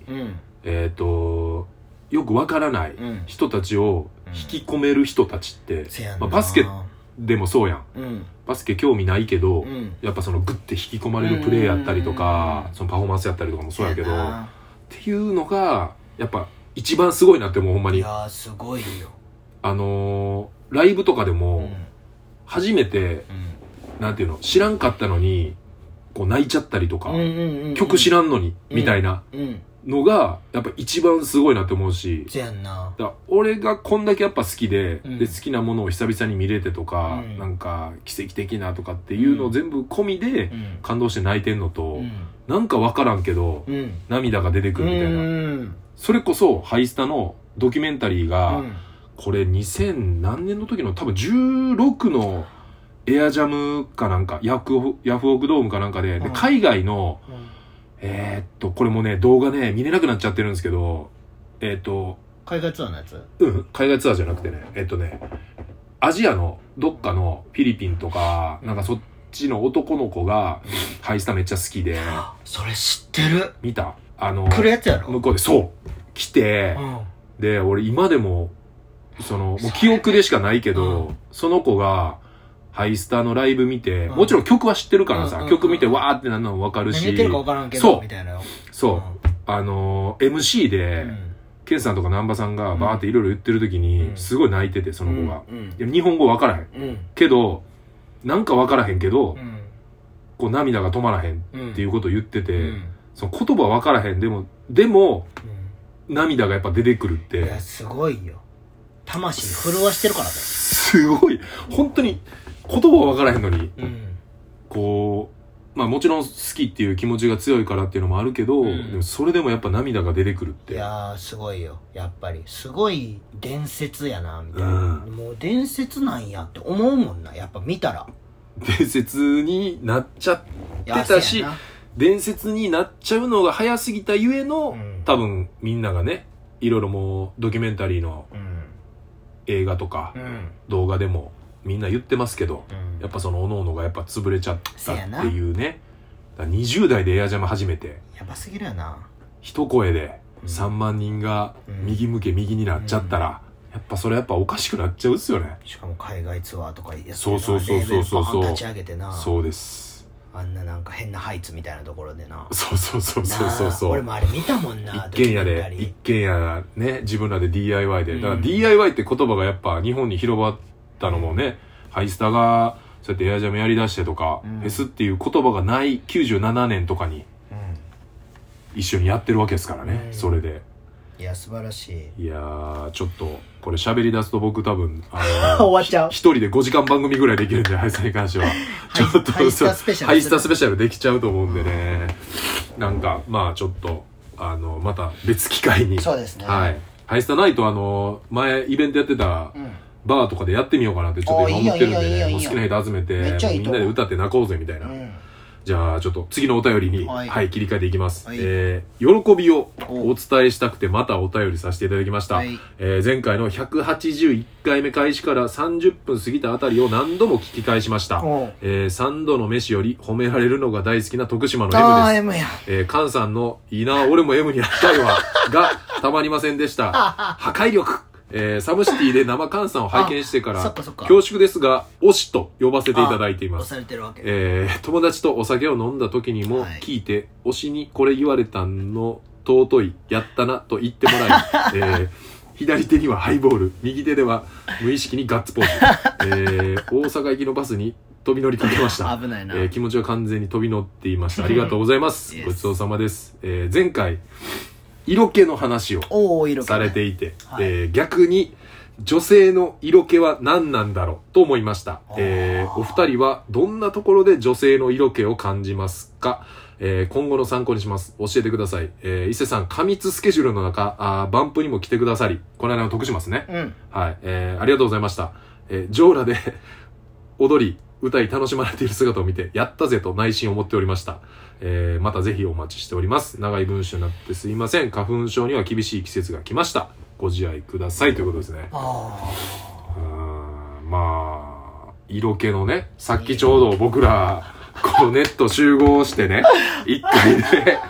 よくわからない人たちを引き込める人たちって、バスケでもそうやん、バスケ興味ないけど、やっぱグッて引き込まれるプレーやったりとか、パフォーマンスやったりとかもそうやけど、っていうのがやっぱ一番すごいなって思う、ほんまに。 いやーすごいよ。 ライブとかでも初めて、なんていうの、知らんかったのにこう泣いちゃったりとか、曲知らんのにみたいなのがやっぱ一番すごいなって思うし、俺がこんだけやっぱ好きで、好きなものを久々に見れてとか、なんか奇跡的なとかっていうのを全部込みで感動して泣いてんのと、なんか分からんけど涙が出てくるみたいな、それこそハイスタのドキュメンタリーが、これ2000何年の時の多分16のエアジャムかなんかヤフオクドームかなんかで、海外のこれもね動画ね見れなくなっちゃってるんですけど、 海外ツアーのやつ？ 海外ツアーじゃなくてね、アジアのどっかのフィリピンとか、なんかそっちの男の子がハイスタめっちゃ好きで。 それ知ってる。 見た？来るやつやろ？ 向こうでそう来て、で俺今でももう記憶でしかないけど、その子が、ハイスタのライブ見て、もちろん曲は知ってるからさ、曲見てわーってなるのもわかるし。 何言ってるかわからんけど、みたいな。 そう。MC で、ケンさんとか南波さんがバーっていろいろ言ってる時に、すごい泣いてて、その子が。日本語わからへん。けど、なんかわからへんけど、こう涙が止まらへんっていうことを言ってて、その言葉わからへん。でも、涙がやっぱ出てくるって。 いや、すごいよ。魂震わしてるからね。 すごい。本当に、言葉はわからへんのに、こう、まあもちろん好きっていう気持ちが強いからっていうのもあるけど、でもそれでもやっぱ涙が出てくるって。 いやー、すごいよ。やっぱり。すごい伝説やな、みたいな。もう伝説なんやって思うもんな。やっぱ見たら。 伝説になっちゃってたし、伝説になっちゃうのが早すぎたゆえの、多分みんながね、いろいろもうドキュメンタリーの映画とか、動画でもみんな言ってますけど、やっぱその各々がやっぱ潰れちゃったっていうね。20代でエアジャム始めて、 やばすぎるよな。 一声で3万人が右向け右になっちゃったら、やっぱそれやっぱおかしくなっちゃうっすよね。 しかも海外ツアーとかやってそうそうそうそうそうそう立ち上げてな。 そうです。 あんななんか変なハイツみたいなところでな。 そうそうそうそうそう。 俺もあれ見たもんな。 一軒家ね、自分らで DIY で。だから DIY って言葉がやっぱ日本に広まったのもね、ハイスタがそうやってエアジャムやりだしてとか、フェスっていう言葉がない97年とかに一緒にやってるわけですからね、それで。 いや、素晴らしい。 いやー、ちょっと、これ喋り出すと僕多分、 終わっちゃう。 一人で5時間番組ぐらいできるんで、ハイスタに関しては。ちょっと、ハイスタスペシャルできちゃうと思うんでね。なんか、まあちょっと、また別機会に。 そうですね。 はい。ハイスタナイト前イベントやってた、バーとかでやってみようかなってちょっと今思ってるんでね、もう好きな人集めて、みんなで歌って泣こうぜみたいな。じゃあちょっと次のお便りに、切り替えていきます。喜びをお伝えしたくてまたお便りさせていただきました。前回の181回目開始から30分過ぎたあたりを何度も聞き返しました。3度の飯より褒められるのが大好きな徳島の M です。菅さんのいいな俺も M になったいわがたまりませんでした。破壊力サムシティで生換算を拝見してから恐縮ですが推しと呼ばせていただいています。友達とお酒を飲んだ時にも聞いて、推しにこれ言われたの尊いやったなと言ってもらい、左手にはハイボール、右手では無意識にガッツポーズ、大阪行きのバスに飛び乗りかけました。 危ないな。 気持ちは完全に飛び乗っていました。ありがとうございます。ごちそうさまです。前回色気の話をされていて、逆に女性の色気は何なんだろうと思いました。お二人はどんなところで女性の色気を感じますか？今後の参考にします。教えてください。伊勢さん、過密スケジュールの中、バンプにも来てくださり、この間の徳島ですね。はい。ありがとうございました。ジョーラで踊り、歌い楽しまれている姿を見て、やったぜと内心思っておりました。またぜひお待ちしております。長い文章になってすいません。花粉症には厳しい季節が来ました。ご自愛くださいということですね。まあ、色気のね、さっきちょうど僕ら、このネット集合してね、一回で、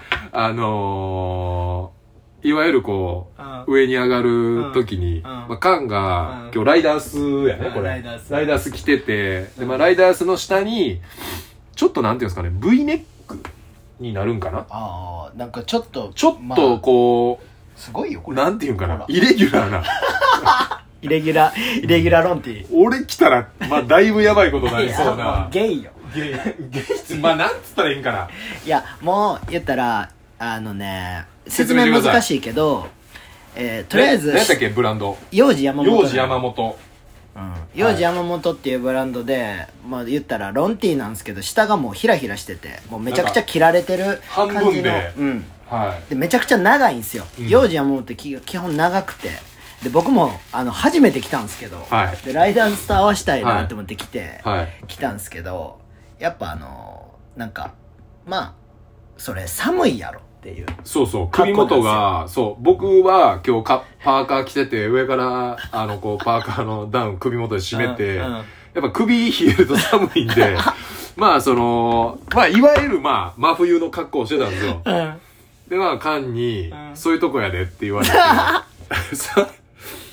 いわゆるこう、上に上がる時に、カンが、今日ライダースやね、これ。ライダース着てて、で、ライダースの下に、ちょっとなんていうんですかね、V ネックになるんかな？ なんかちょっとこう、 すごいよ、これ。 なんていうんかな、イレギュラーな。 イレギュラーロンティ。 俺来たら、だいぶやばいことになりそうな。 ゲイよ。 ゲイなんつったらいいんかな。 いや、もう、言ったら、説明難しいけど、とりあえず、 何やったっけ、ブランド。 幼児山本。幼児山本っていうブランドで、まあ言ったらロンティーなんですけど、下がもうヒラヒラしてて、もうめちゃくちゃ切られてる感じの。で、めちゃくちゃ長いんですよ。幼児山本って基本長くて。で、僕も、初めて来たんですけど、で、ライダースと合わせたいなって思って来たんですけど、やっぱなんか、まあ、それ寒いやろっていう。 そうそう、首元が、そう、僕は今日パーカー着てて、上から、こう、パーカーのダウン首元で締めて、やっぱ首冷えると寒いんで、まあ、いわゆる真冬の格好をしてたんですよ。で、カンに、そういうとこやでって言われて、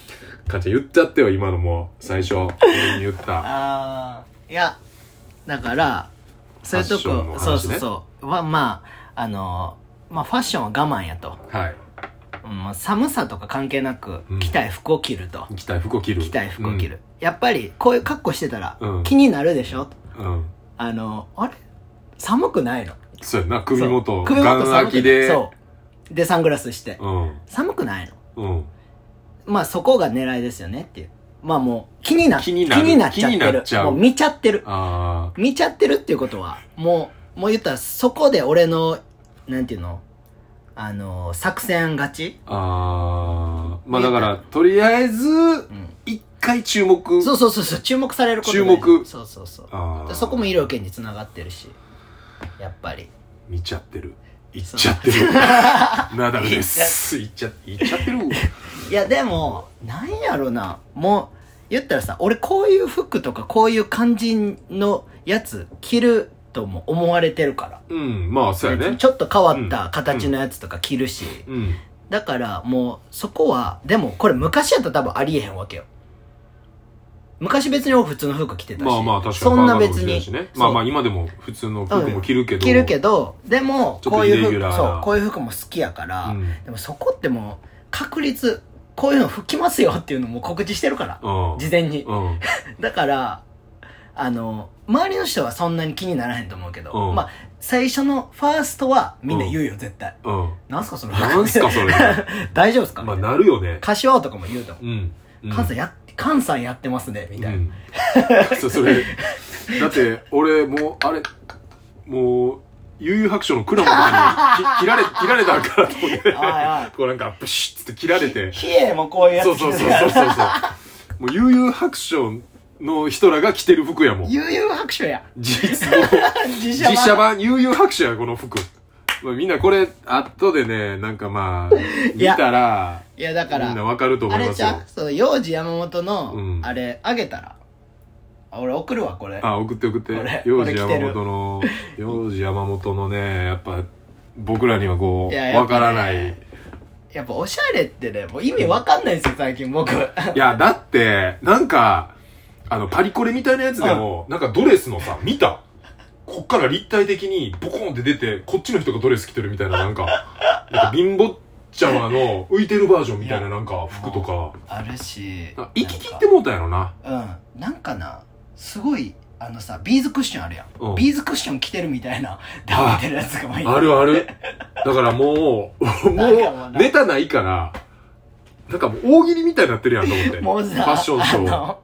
かんちゃん言っちゃってよ、今のもう、最初。俺に言った。 いや、だから、そういうとこ、ね、そうそうそう。まあ、まあ、まあ、ファッションは我慢やと。 はい。 まあ、寒さとか関係なく、着たい服を着ると。 着たい服を着る。 着たい服を着る。やっぱり、こういう格好してたら、気になるでしょ、あれ寒くないの？ そうやな、首元、ガン開きで。 そう。で、サングラスして。寒くないの？まあ、そこが狙いですよねっていう。まあもう、気になっちゃってる。もう見ちゃってる。見ちゃってるっていうことは、もう言ったら、そこで俺の、なんていうの？作戦勝ち？ まあだから、とりあえず、一回注目。 そう、注目されること。 注目。 そう。そこも医療圏に繋がってるし、やっぱり。 見ちゃってる。いっちゃってる。ナダルです。いっちゃってる。 いや、でも、なんやろな。もう、言ったらさ、俺こういう服とかこういう感じのやつ着るとも思われてるから。 まあそうやね。 ちょっと変わった形のやつとか着るし。だからもう、そこは、でもこれ昔やったら多分ありえへんわけよ。昔別に俺普通の服着てたし。 まあ確かに。 そんな別に。 まあ今でも普通の服も着るけど。 着るけど、でも、こういう服、そう、こういう服も好きやから、でもそこってもう、確率、こういうの服着ますよっていうのも告知してるから。事前に。だから、周りの人はそんなに気にならへんと思うけど、まあ、最初のファーストはみんな言うよ、絶対。なんすかそれ。 なんすかそれ。大丈夫ですか？ まあなるよね。 柏とかも言うと思う。関西やってますね、みたいな。それ、だって、俺、もう、悠々白書のクラモとかに切られたからと思って、こうなんか、ブシッつって切られて。 ヒエもこういうやつ。 そう。もう悠々白書の人らが着てる服やもん。 悠々白書や。 実写版悠々白書や、この服。みんなこれ、後でね、なんかまあ、見たら、 いやだから、 みんなわかると思いますよ。 あれじゃそう、幼児山本の、あれ、あげたら。俺送るわ、これ。 送って。幼児山本のね、やっぱ、僕らにはこう、わからない。 やっぱおしゃれってね、もう意味わかんないんですよ、最近僕。いや、だって、なんか、パリコレみたいなやつでも、なんかドレスのさ、見た？こっから立体的にボコーンって出て、こっちの人がドレス着てるみたいな、なんか貧乏ちゃまの浮いてるバージョンみたいななんか服とか。 あるし。 行き切ってもうたやろな。 なんかな、すごい、ビーズクッションあるやん。ビーズクッション着てるみたいな、食べてるやつがある。だからもうネタないから、なんかもう大喜利みたいになってるやんと思って。 もうさ、 ファッションショー。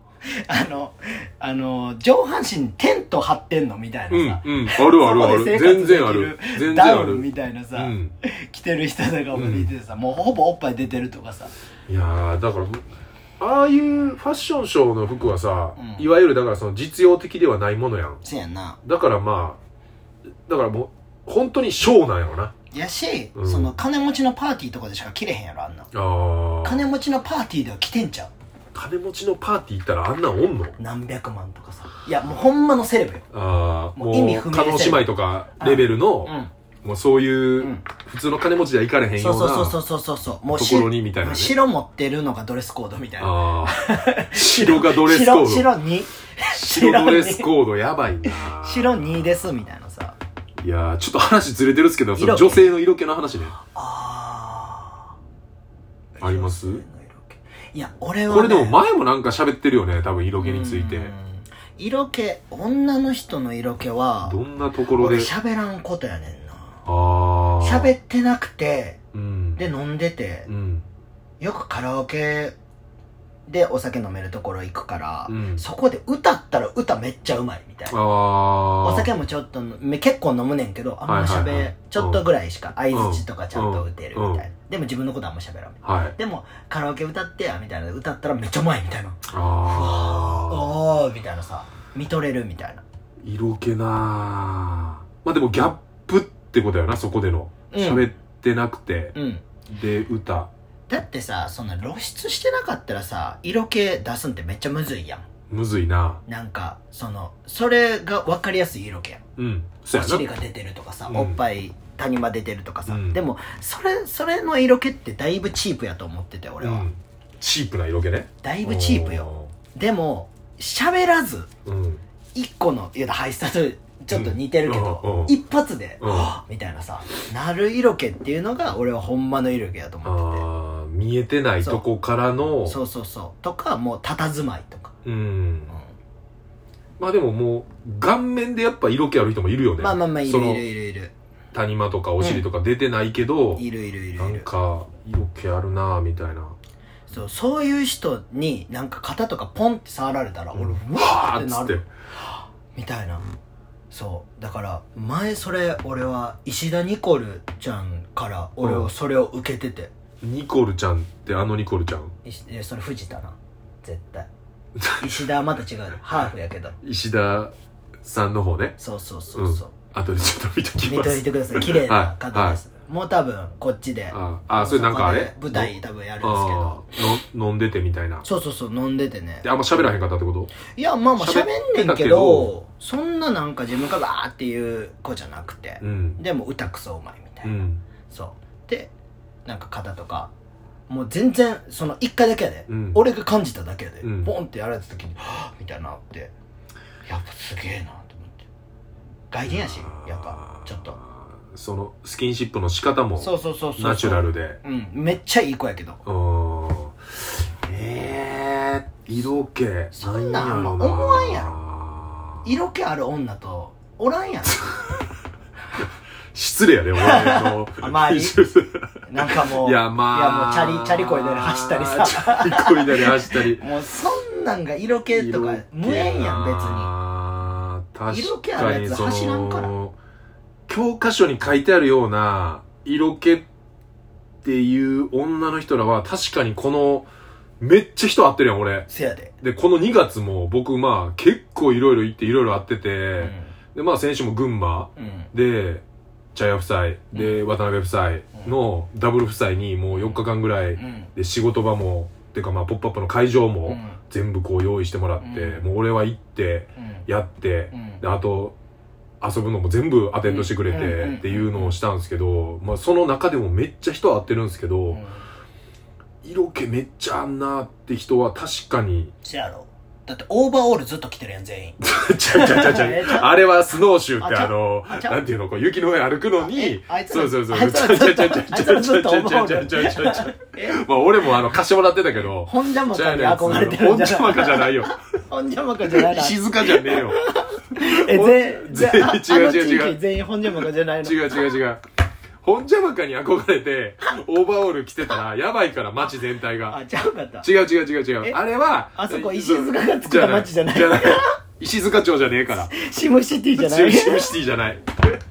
上半身にテント張ってんのみたいなさ。 ある。全然ある。 ダウンみたいなさ、着てる人とかもいてさ、もうほぼおっぱい出てるとかさ。 いやー、だから、ああいうファッションショーの服はさ、いわゆるだからその実用的ではないものやん。 そうやんな。 だからまあ、だからもう、本当にショーなんやろな。 やし、その金持ちのパーティーとかでしか着れへんやろ、あんな。金持ちのパーティーでは着てんちゃう。 金持ちのパーティー行ったらあんなんおんの？ 何百万とかさ。いや、もうほんまのセレブよ。 もう意味不明。叶姉妹とかレベルの、もうそういう、普通の金持ちでは行かれへんような。 そう。 もうところにみたいなね。 白持ってるのがドレスコードみたいな。 白がドレスコード。 白2。 白ドレスコードやばいな。 白2ですみたいなさ。 いやー、ちょっと話ずれてるっすけど、その女性の色気の話ね。 あります？ いや、俺は、 これでも前もなんか喋ってるよね、多分色気について。 色気、女の人の色気は、 どんなところで？ 俺喋らんことやねんな。喋ってなくて、で飲んでて、よくカラオケでお酒飲めるところ行くから、そこで歌ったら歌めっちゃうまいみたいな。お酒もちょっと結構飲むねんけど、あんまちょっとぐらいしか相づちとかちゃんと打てるみたいな。でも自分のことあんま喋らんみたいな。でもカラオケ歌ってやみたいな、歌ったらめっちゃうまいみたいな。みたいなさ、見とれるみたいな。 色気なぁ。まあでもギャップってことやな、そこでの。喋ってなくて、で歌。 だってさ、そんな露出してなかったらさ、色気出すんってめっちゃむずいやん。 むずいな。 なんか、それが分かりやすい色気やん。お尻が出てるとかさ、おっぱい、谷間出てるとかさ。でも、それの色気ってだいぶチープやと思ってて、俺は。 チープな色気ね。 だいぶチープよ。でも喋らず、一個のハイスタとちょっと似てるけど、一発でみたいなさなる色気っていうのが俺はほんまの色気やと思ってて、 見えてないとこからのそうとか、もう佇まいとか、 まあでももう顔面でやっぱ色気ある人もいるよね。 まあいる谷間とかお尻とか出てないけど、 いるなんか色気あるなみたいな。 そういう人になんか肩とかポンって触られたら俺うわーってなるみたいな。そうだから前俺は石田ニコルちゃんから俺はそれを受けてて、 ニコルちゃんってニコルちゃん？ それ藤田な絶対。石田はまた違うハーフやけど石田さんの方ね。 そう、 後でちょっと見ときます。 見といてください。綺麗な方です、もう多分こっちでそれなんかあれ舞台多分やるんですけど、 飲んでてみたいな。 そう飲んでてね。 あんま喋らへんかったってこと？ いやまあ喋んねんけど、そんななんか自分がバーっていう子じゃなくて、でも歌クソうまいみたいな、そうでなんか肩とかもう全然その一回だけやで、俺が感じただけで、ボンってやられた時にはぁみたいなってやっぱすげえなと思って。外人やしやっぱちょっとそのスキンシップの仕方もそうナチュラルで、 めっちゃいい子やけど、 色気そんなんあんま思わんやろ。色気ある女とおらんやろ。 失礼やで、俺の周りなんかもうもうチャリこいだり走ったりさ、 チャリこいだり走ったりもうそんなんが色気とか無縁やん別に。色気あるやつ走らんから。 教科書に書いてあるような色気っていう女の人らは確かにこのめっちゃ人会ってるやん俺。 せやで。 でこの2月も僕結構いろいろ行っていろいろ会ってて、で先週も群馬、で茶屋夫妻で、渡辺夫妻のダブル夫妻にもう4日間ぐらいで仕事場もてかポップアップの会場も全部こう用意してもらって、もう俺は行ってやって、であと遊ぶのも全部アテンドしてくれてっていうのをしたんですけど、その中でもめっちゃ人会ってるんですけど、色気めっちゃあんなって人は確かに。 せやろ。だってオーバーオールずっと着てるやん全員。 ちゃあれはスノーシューってなんていうの、こう雪の上歩くのに、そうずっとオーバーオール。 俺も貸してもらってたけど、 本邪魔かに憧れてるんじゃない？ 本邪魔かじゃないよ。 本邪魔かじゃないな。 静かじゃねえよ。 違う。全員本邪魔かじゃないの。 違う。本邪魔かに憧れてオーバーオール着てたらやばいから街全体が。 ちゃうかった。 違う。あれはあそこ石塚が作った街じゃない。 石塚町じゃねえから。 シムシティじゃない。 シムシティじゃない。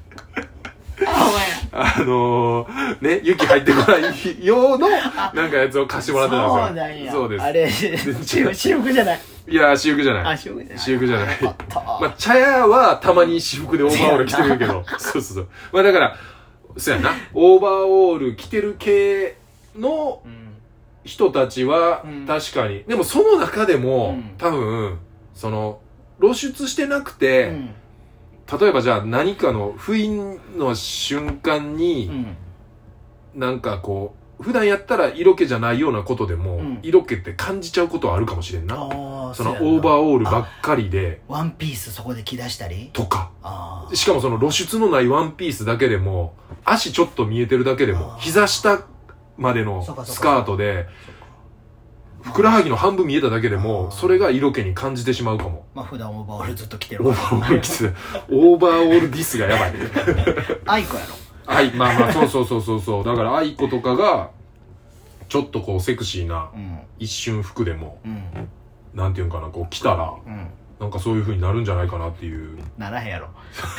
雪入ってこないようのなんかやつを貸してもらってたんですよ。そうです。 あれ私服じゃない。 いや私服じゃない。私服じゃない。茶屋はたまに私服でオーバーオール着てるけど、そうだからそうやな、オーバーオール着てる系の人たちは確かに、でもその中でも多分その露出してなくて、例えばじゃあ何かの不意の瞬間に、なんかこう普段やったら色気じゃないようなことでも、色気って感じちゃうことはあるかもしれんな。そのオーバーオールばっかりでワンピースそこで着出したりとか、しかもその露出のないワンピースだけでも、足ちょっと見えてるだけでも、膝下までのスカートでふくらはぎの半分見えただけでも、それが色気に感じてしまうかも。 普段オーバーオールずっと着てるオーバーオール着てる。オーバーオールディスがやばい。 愛子やろ。 そうだから愛子とかがちょっとこうセクシーな一瞬服でも、なんていうんかな、こう着たら、なんかそういう風になるんじゃないかなっていう。 ならへんやろ。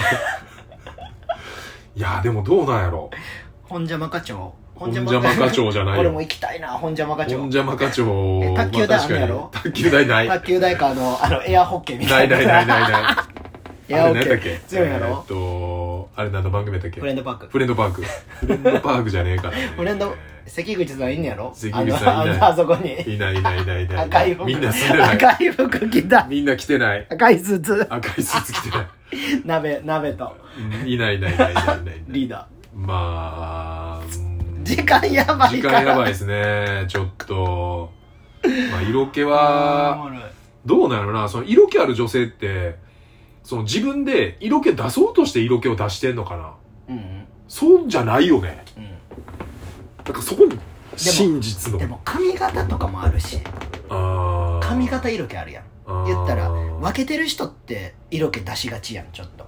いやでもどうなんやろ。 本邪魔課長。 本邪魔課長じゃないよ。 俺も行きたいな、本邪魔課長。 本邪魔課長。 卓球台あんのやろ。 卓球台ない。 卓球台かエアホッケーみたいな。 ない。 エアホッケー。強いやろ。 あれ何の番組だっけ？ フレンドパーク。 フレンドパークじゃねえからね。 フレンド、関口さんいんねやろ？ 関口さんいない。 あそこに。 いない。 赤い服。 みんな住んでない。 赤い服着た。 みんな着てない。 赤いスーツ。 赤いスーツ着てない。 鍋と。 いない。 リーダー。 時間やばいですね。ちょっと。 まあ色気はどうなのな、その色気ある女性ってその自分で色気出そうとして色気を出してんのかな。うん、そうじゃないよね。うん、だからそこに真実の。 でも髪型とかもあるし。髪型色気あるやん。言ったら分けてる人って色気出しがちやん、ちょっと。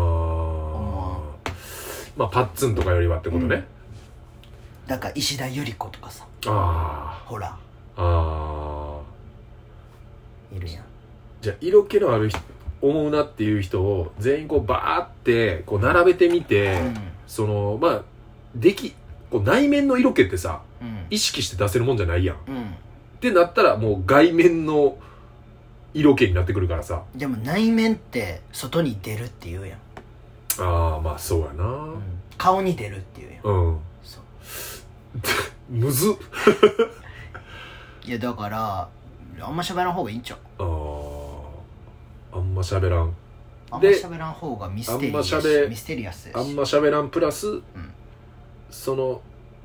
まあパッツンとかよりはってことね。 うん、だから石田ゆり子とかさ。ほら。いるやん。 じゃあ色気のある人思うなっていう人を全員こうバーってこう並べてみて、うん、そのまあこう内面の色気ってさ、うん、意識して出せるもんじゃないやん、うん、ってなったらもう外面の色気になってくるからさ。 でも内面って外に出るって言うやん。 まあそうやな、うん、 顔に出るって言うやん。うん、そうむずっいやだからあんま喋らん方がいいんちゃう。 あんま喋らん。 あんま喋らん方がミステリアスやし。 あんま喋らんプラス、うん、その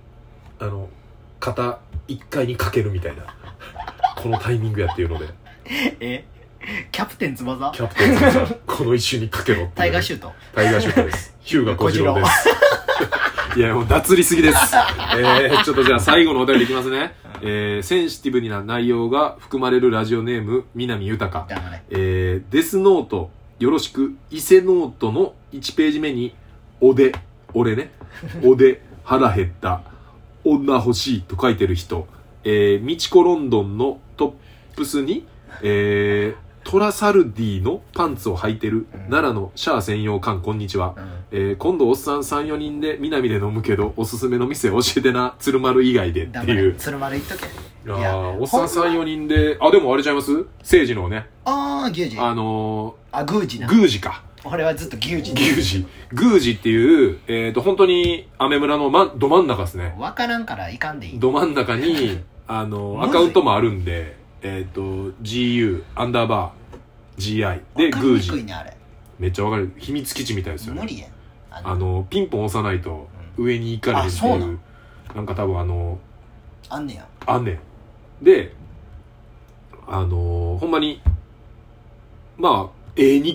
肩一回にかけるみたいなこのタイミングやっていうのでキャプテン翼この一瞬にかけろって、 タイガーシュートですヒューガ小次郎ですいやもう脱りすぎですちょっとじゃあ最後のお便りいきますね。センシティブな内容が含まれるラジオネーム南豊、デスノートよろしく伊勢ノートの1ページ目に俺ね腹減った女欲しいと書いてる人、ミチコロンドンのトップスに、トラサルディのパンツを履いてる、奈良のシャア専用館こんにちは、今度おっさん 3,4 人で南で飲むけどおすすめの店教えてな、鶴丸以外でっていう。 鶴丸行っとけ。 おっさん 3,4 人ででもあれちゃいます、聖司のね、 牛耳宮司な。 宮司か。 俺はずっと宮司っていう本当にアメ村の、ど真ん中ですね。 分からんから行かんでいい。 ど真ん中にアカウントもあるんでGU _GI で宮司。めっちゃわかる。秘密基地みたいですよね。 無理やピンポン押さないと上に行かれるっていう、なんか多分あんねや。 あんねんでほんまにまあ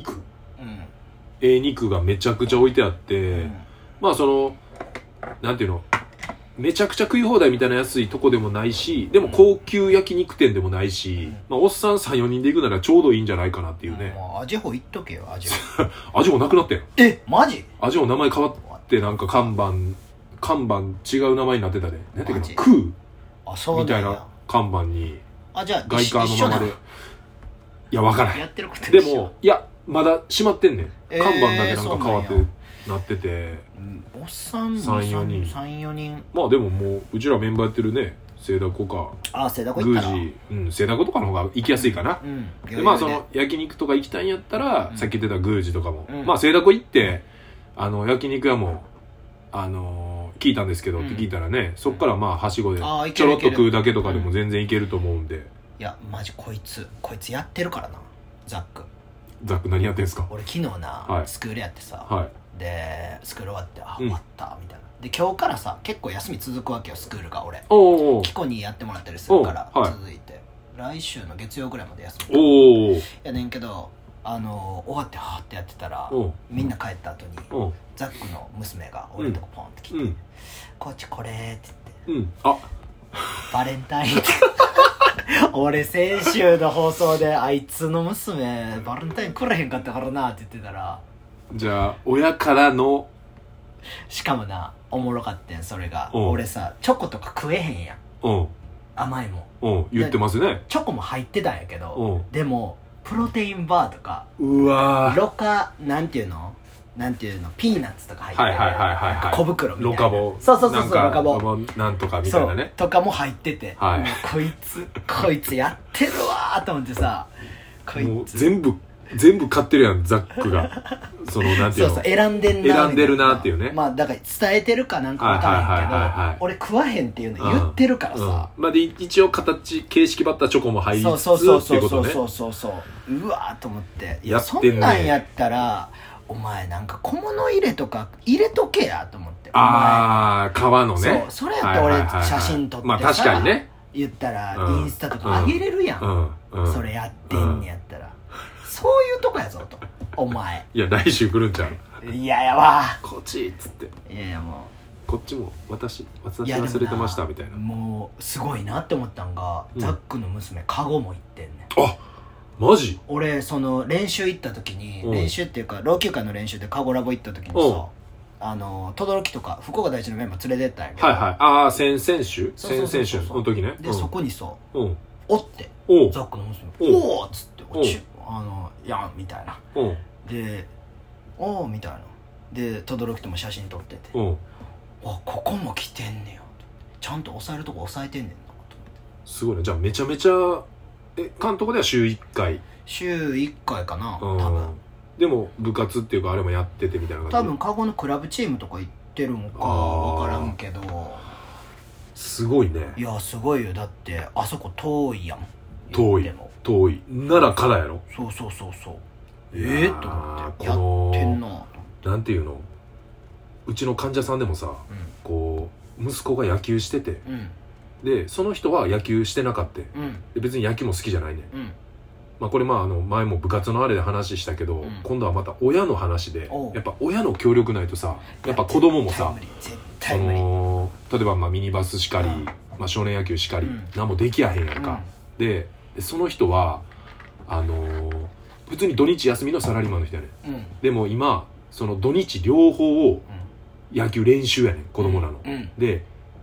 肉がめちゃくちゃ置いてあって、まあそのなんていうの、めちゃくちゃ食い放題みたいな安いとこでもないし、でも高級焼肉店でもないし、まあおっさん 3,4 人で行くならちょうどいいんじゃないかなっていうね。 味穂行っとけよ。味穂なくなったよ。 マジ？ 味穂名前変わってなんか看板違う名前になってたで。なんていうかな、クーみたいな看板にじゃあ外観のままで。いやわからない。 やってることでもいやまだ閉まってんねん。看板だけなんか変わってなってて、 おっさん 3,4 人。 まあでももううちらメンバーやってるね、聖ダコか聖ダコ行ったら聖ダコとかの方が行きやすいかな、でまあその焼肉とか行きたいんやったら、さっき言ってた宮司とかも、まあ聖ダコ行って焼肉屋も聞いたんですけどって聞いたらね、そっからまあはしごでちょろっと食うだけとかでも全然いけると思うんで。 いやマジこいつやってるからな。ザック何やってんすか。 俺昨日な、スクールやってさ、でスクール終わって終わったみたいな。で今日からさ結構休み続くわけよ、スクールが。俺キコにやってもらったりするから続いて、来週の月曜ぐらいまで休みやねんけど、終わってはーってやってたら、みんな帰った後にザックの娘が俺のとこポンって来て「コーチこれ」って言ってバレンタイン俺先週の放送であいつの娘バレンタインくれへんかったからなって言ってたら、 じゃあ親からの、 しかもなおもろかってんそれが、俺さチョコとか食えへんやん、甘いもん言ってますね。 チョコも入ってたんやけど、でもプロテインバーとかロカなんていうのピーナッツとか入ってる小袋みたいな、 ロカボ、 そうロカボなんとかみたいなねとかも入ってて、こいつやってるわーと思ってさ、 もう全部買ってるやんザックがそのなんていうの、 選んでるなっていうね。 まあだから伝えてるかなんか分からへんけど、俺食わへんっていうの言ってるからさ、 まあで一応形式ばったチョコも入りつつっていうことね。 うわーと思って、いやそんなんやったらお前なんか小物入れとか入れとけやと思って。 革のね。 それやったら俺写真撮ってさ、 まあ確かにね、 言ったらインスタとか上げれるやん、それやってんねやったら、そういうとこやぞとお前。 いや来週来るんちゃう。 いややわこっちっつって。 いやいやもうこっちも私忘れてましたみたいな。 もうすごいなって思ったんが、ザックの娘カゴも行ってんねん。 あ、マジ？ 俺その練習行った時に、練習っていうか老朽化の練習でカゴラボ行った時にさ、轟とか福岡第一のメンバー連れてったんやけど、 はいはい、ああ先々週の時ね。 で、そこにさおってザックの娘おーっつってやんみたいなでおーみたいなで轟とも写真撮ってて、あ、ここも来てんねや、ちゃんと抑えるとこ抑えてんねんなと思って。 すごいね。じゃあめちゃめちゃ監督では週1回週1回かな、多分。 でも部活っていうかあれもやっててみたいな感じ。 多分カゴのクラブチームとか行ってるんか分からんけど、 すごいね。 いやすごいよ。だってあそこ遠いやん。 遠い奈良からやろ。 そうそうと思ってやってんなと。 なんていうの、うちの患者さんでもさ、こう息子が野球してて、でその人は野球してなかった、で別に野球も好きじゃないね、まあこれ前も部活のあれで話したけど、今度はまた親の話で、やっぱ親の協力ないとさ、やっぱ子供もさ、その例えばミニバスしかり、少年野球しかり、何もできやへんやんか、でその人は普通に土日休みのサラリーマンの人やね、でも今その土日両方を野球練習やねん、子供らの、で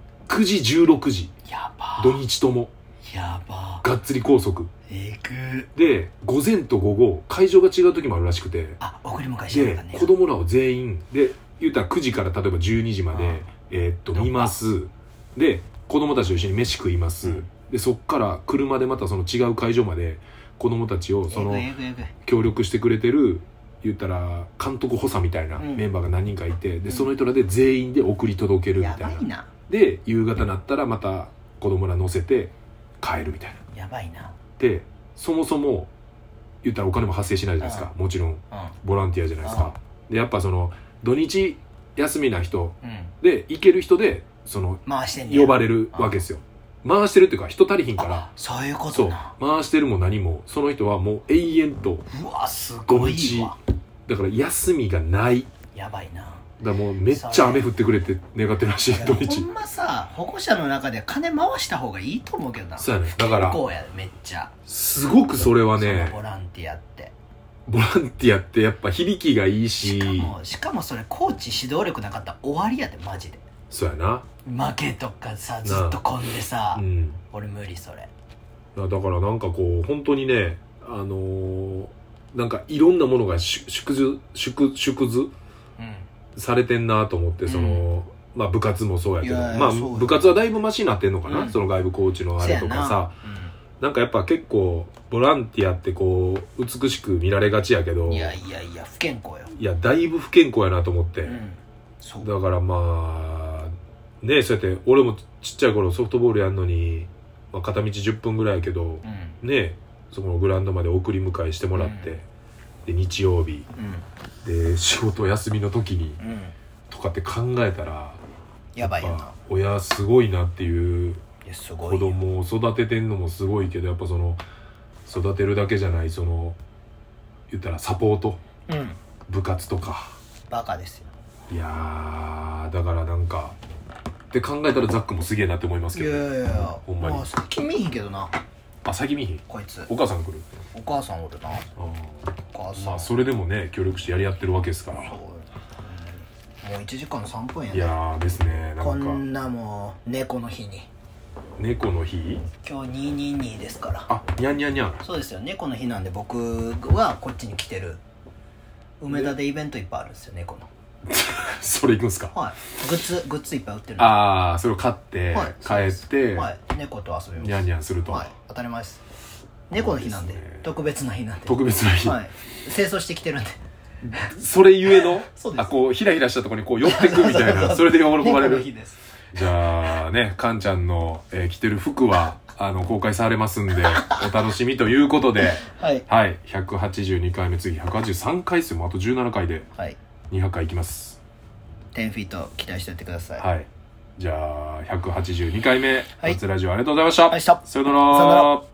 9時16時土日ともがっつり拘束で、午前と午後会場が違う時もあるらしくて、 送り迎えしなかったね。 子供らを全員で言うたら9時から例えば12時まで見ます。で子供たちと一緒に飯食います、でそっから車でまたその違う会場まで子供たちをその協力してくれてる言ったら監督補佐みたいなメンバーが何人かいて、でその人らで全員で送り届けるみたいな。で夕方になったらまた子供ら乗せて帰るみたいな。 やばいな。 でそもそも言ったらお金も発生しないじゃないですか、もちろんボランティアじゃないですか。でやっぱその土日休みな人で行ける人でその呼ばれるわけですよ。回してるっていうか人足りひんから。 そういうことな。 回してるも何もその人はもう永遠と土日だから休みがない。 やばいな。 だからもうめっちゃ雨降ってくれって願ってるらしい。土日ほんまさ、保護者の中で金回した方がいいと思うけどな。 そうやね。だから結構やめっちゃすごくそれはね、 ボランティアってやっぱ響きがいいし、 しかもそれコーチ指導力なかったら終わりやでマジで。 そうやな。 負けとかさずっとこんでさ、俺無理それ。 だからなんかこう本当にね、なんかいろんなものが縮図されてんなと思って、その部活もそうやけど、部活はだいぶマシになってんのかな、その外部コーチのあれとかさ、なんかやっぱ結構ボランティアってこう美しく見られがちやけど、 いや不健康よ。 いやだいぶ不健康やなと思って、だからね、そうやって俺もちっちゃい頃ソフトボールやんのに、片道10分ぐらいやけど、ね、そこのグラウンドまで送り迎えしてもらって、で日曜日、で仕事休みの時に、とかって考えたらやばいよな。 親すごいなっていう。 すごい子供を育ててんのもすごいけど、やっぱその育てるだけじゃない、その言ったらサポート、部活とかバカですよ。 いやだからなんかって考えたらザックもすげえなって思いますけど、 いやほんまに。 最近見ひんけどな。 最近見ひん。 こいつお母さん来る。 お母さんおるな。お母さんそれでもね協力してやり合ってるわけですから。 そうもう1時間3分やね。 いやですね。なんかこんなもう猫の日に。 猫の日？ 今日222ですから。 にゃんにゃんにゃん。 そうですよ、猫の日なんで僕はこっちに来てる。梅田でイベントいっぱいあるんですよ、猫の。 それ行くんすか？ はい。グッズいっぱい売ってる。 それを買って、帰って、 猫と遊びます。 にゃんにゃんすると。 当たり前です。猫の日なんで、特別な日なんで。 特別な日。 はい。清掃してきてるんで。 それゆえの、 そうです。 こうひらひらしたところにこう寄ってくみたいな、それで喜ばれる。 猫の日です。 じゃあね、かんちゃんの、着てる服は公開されますんでお楽しみということで、はい、182回目、次183回ですよ。もうあと17回で200回いきます。 10フィート期待しておいてください。 はい。 じゃあ182回目はい夏ラジオありがとうございました。 はいさよなら。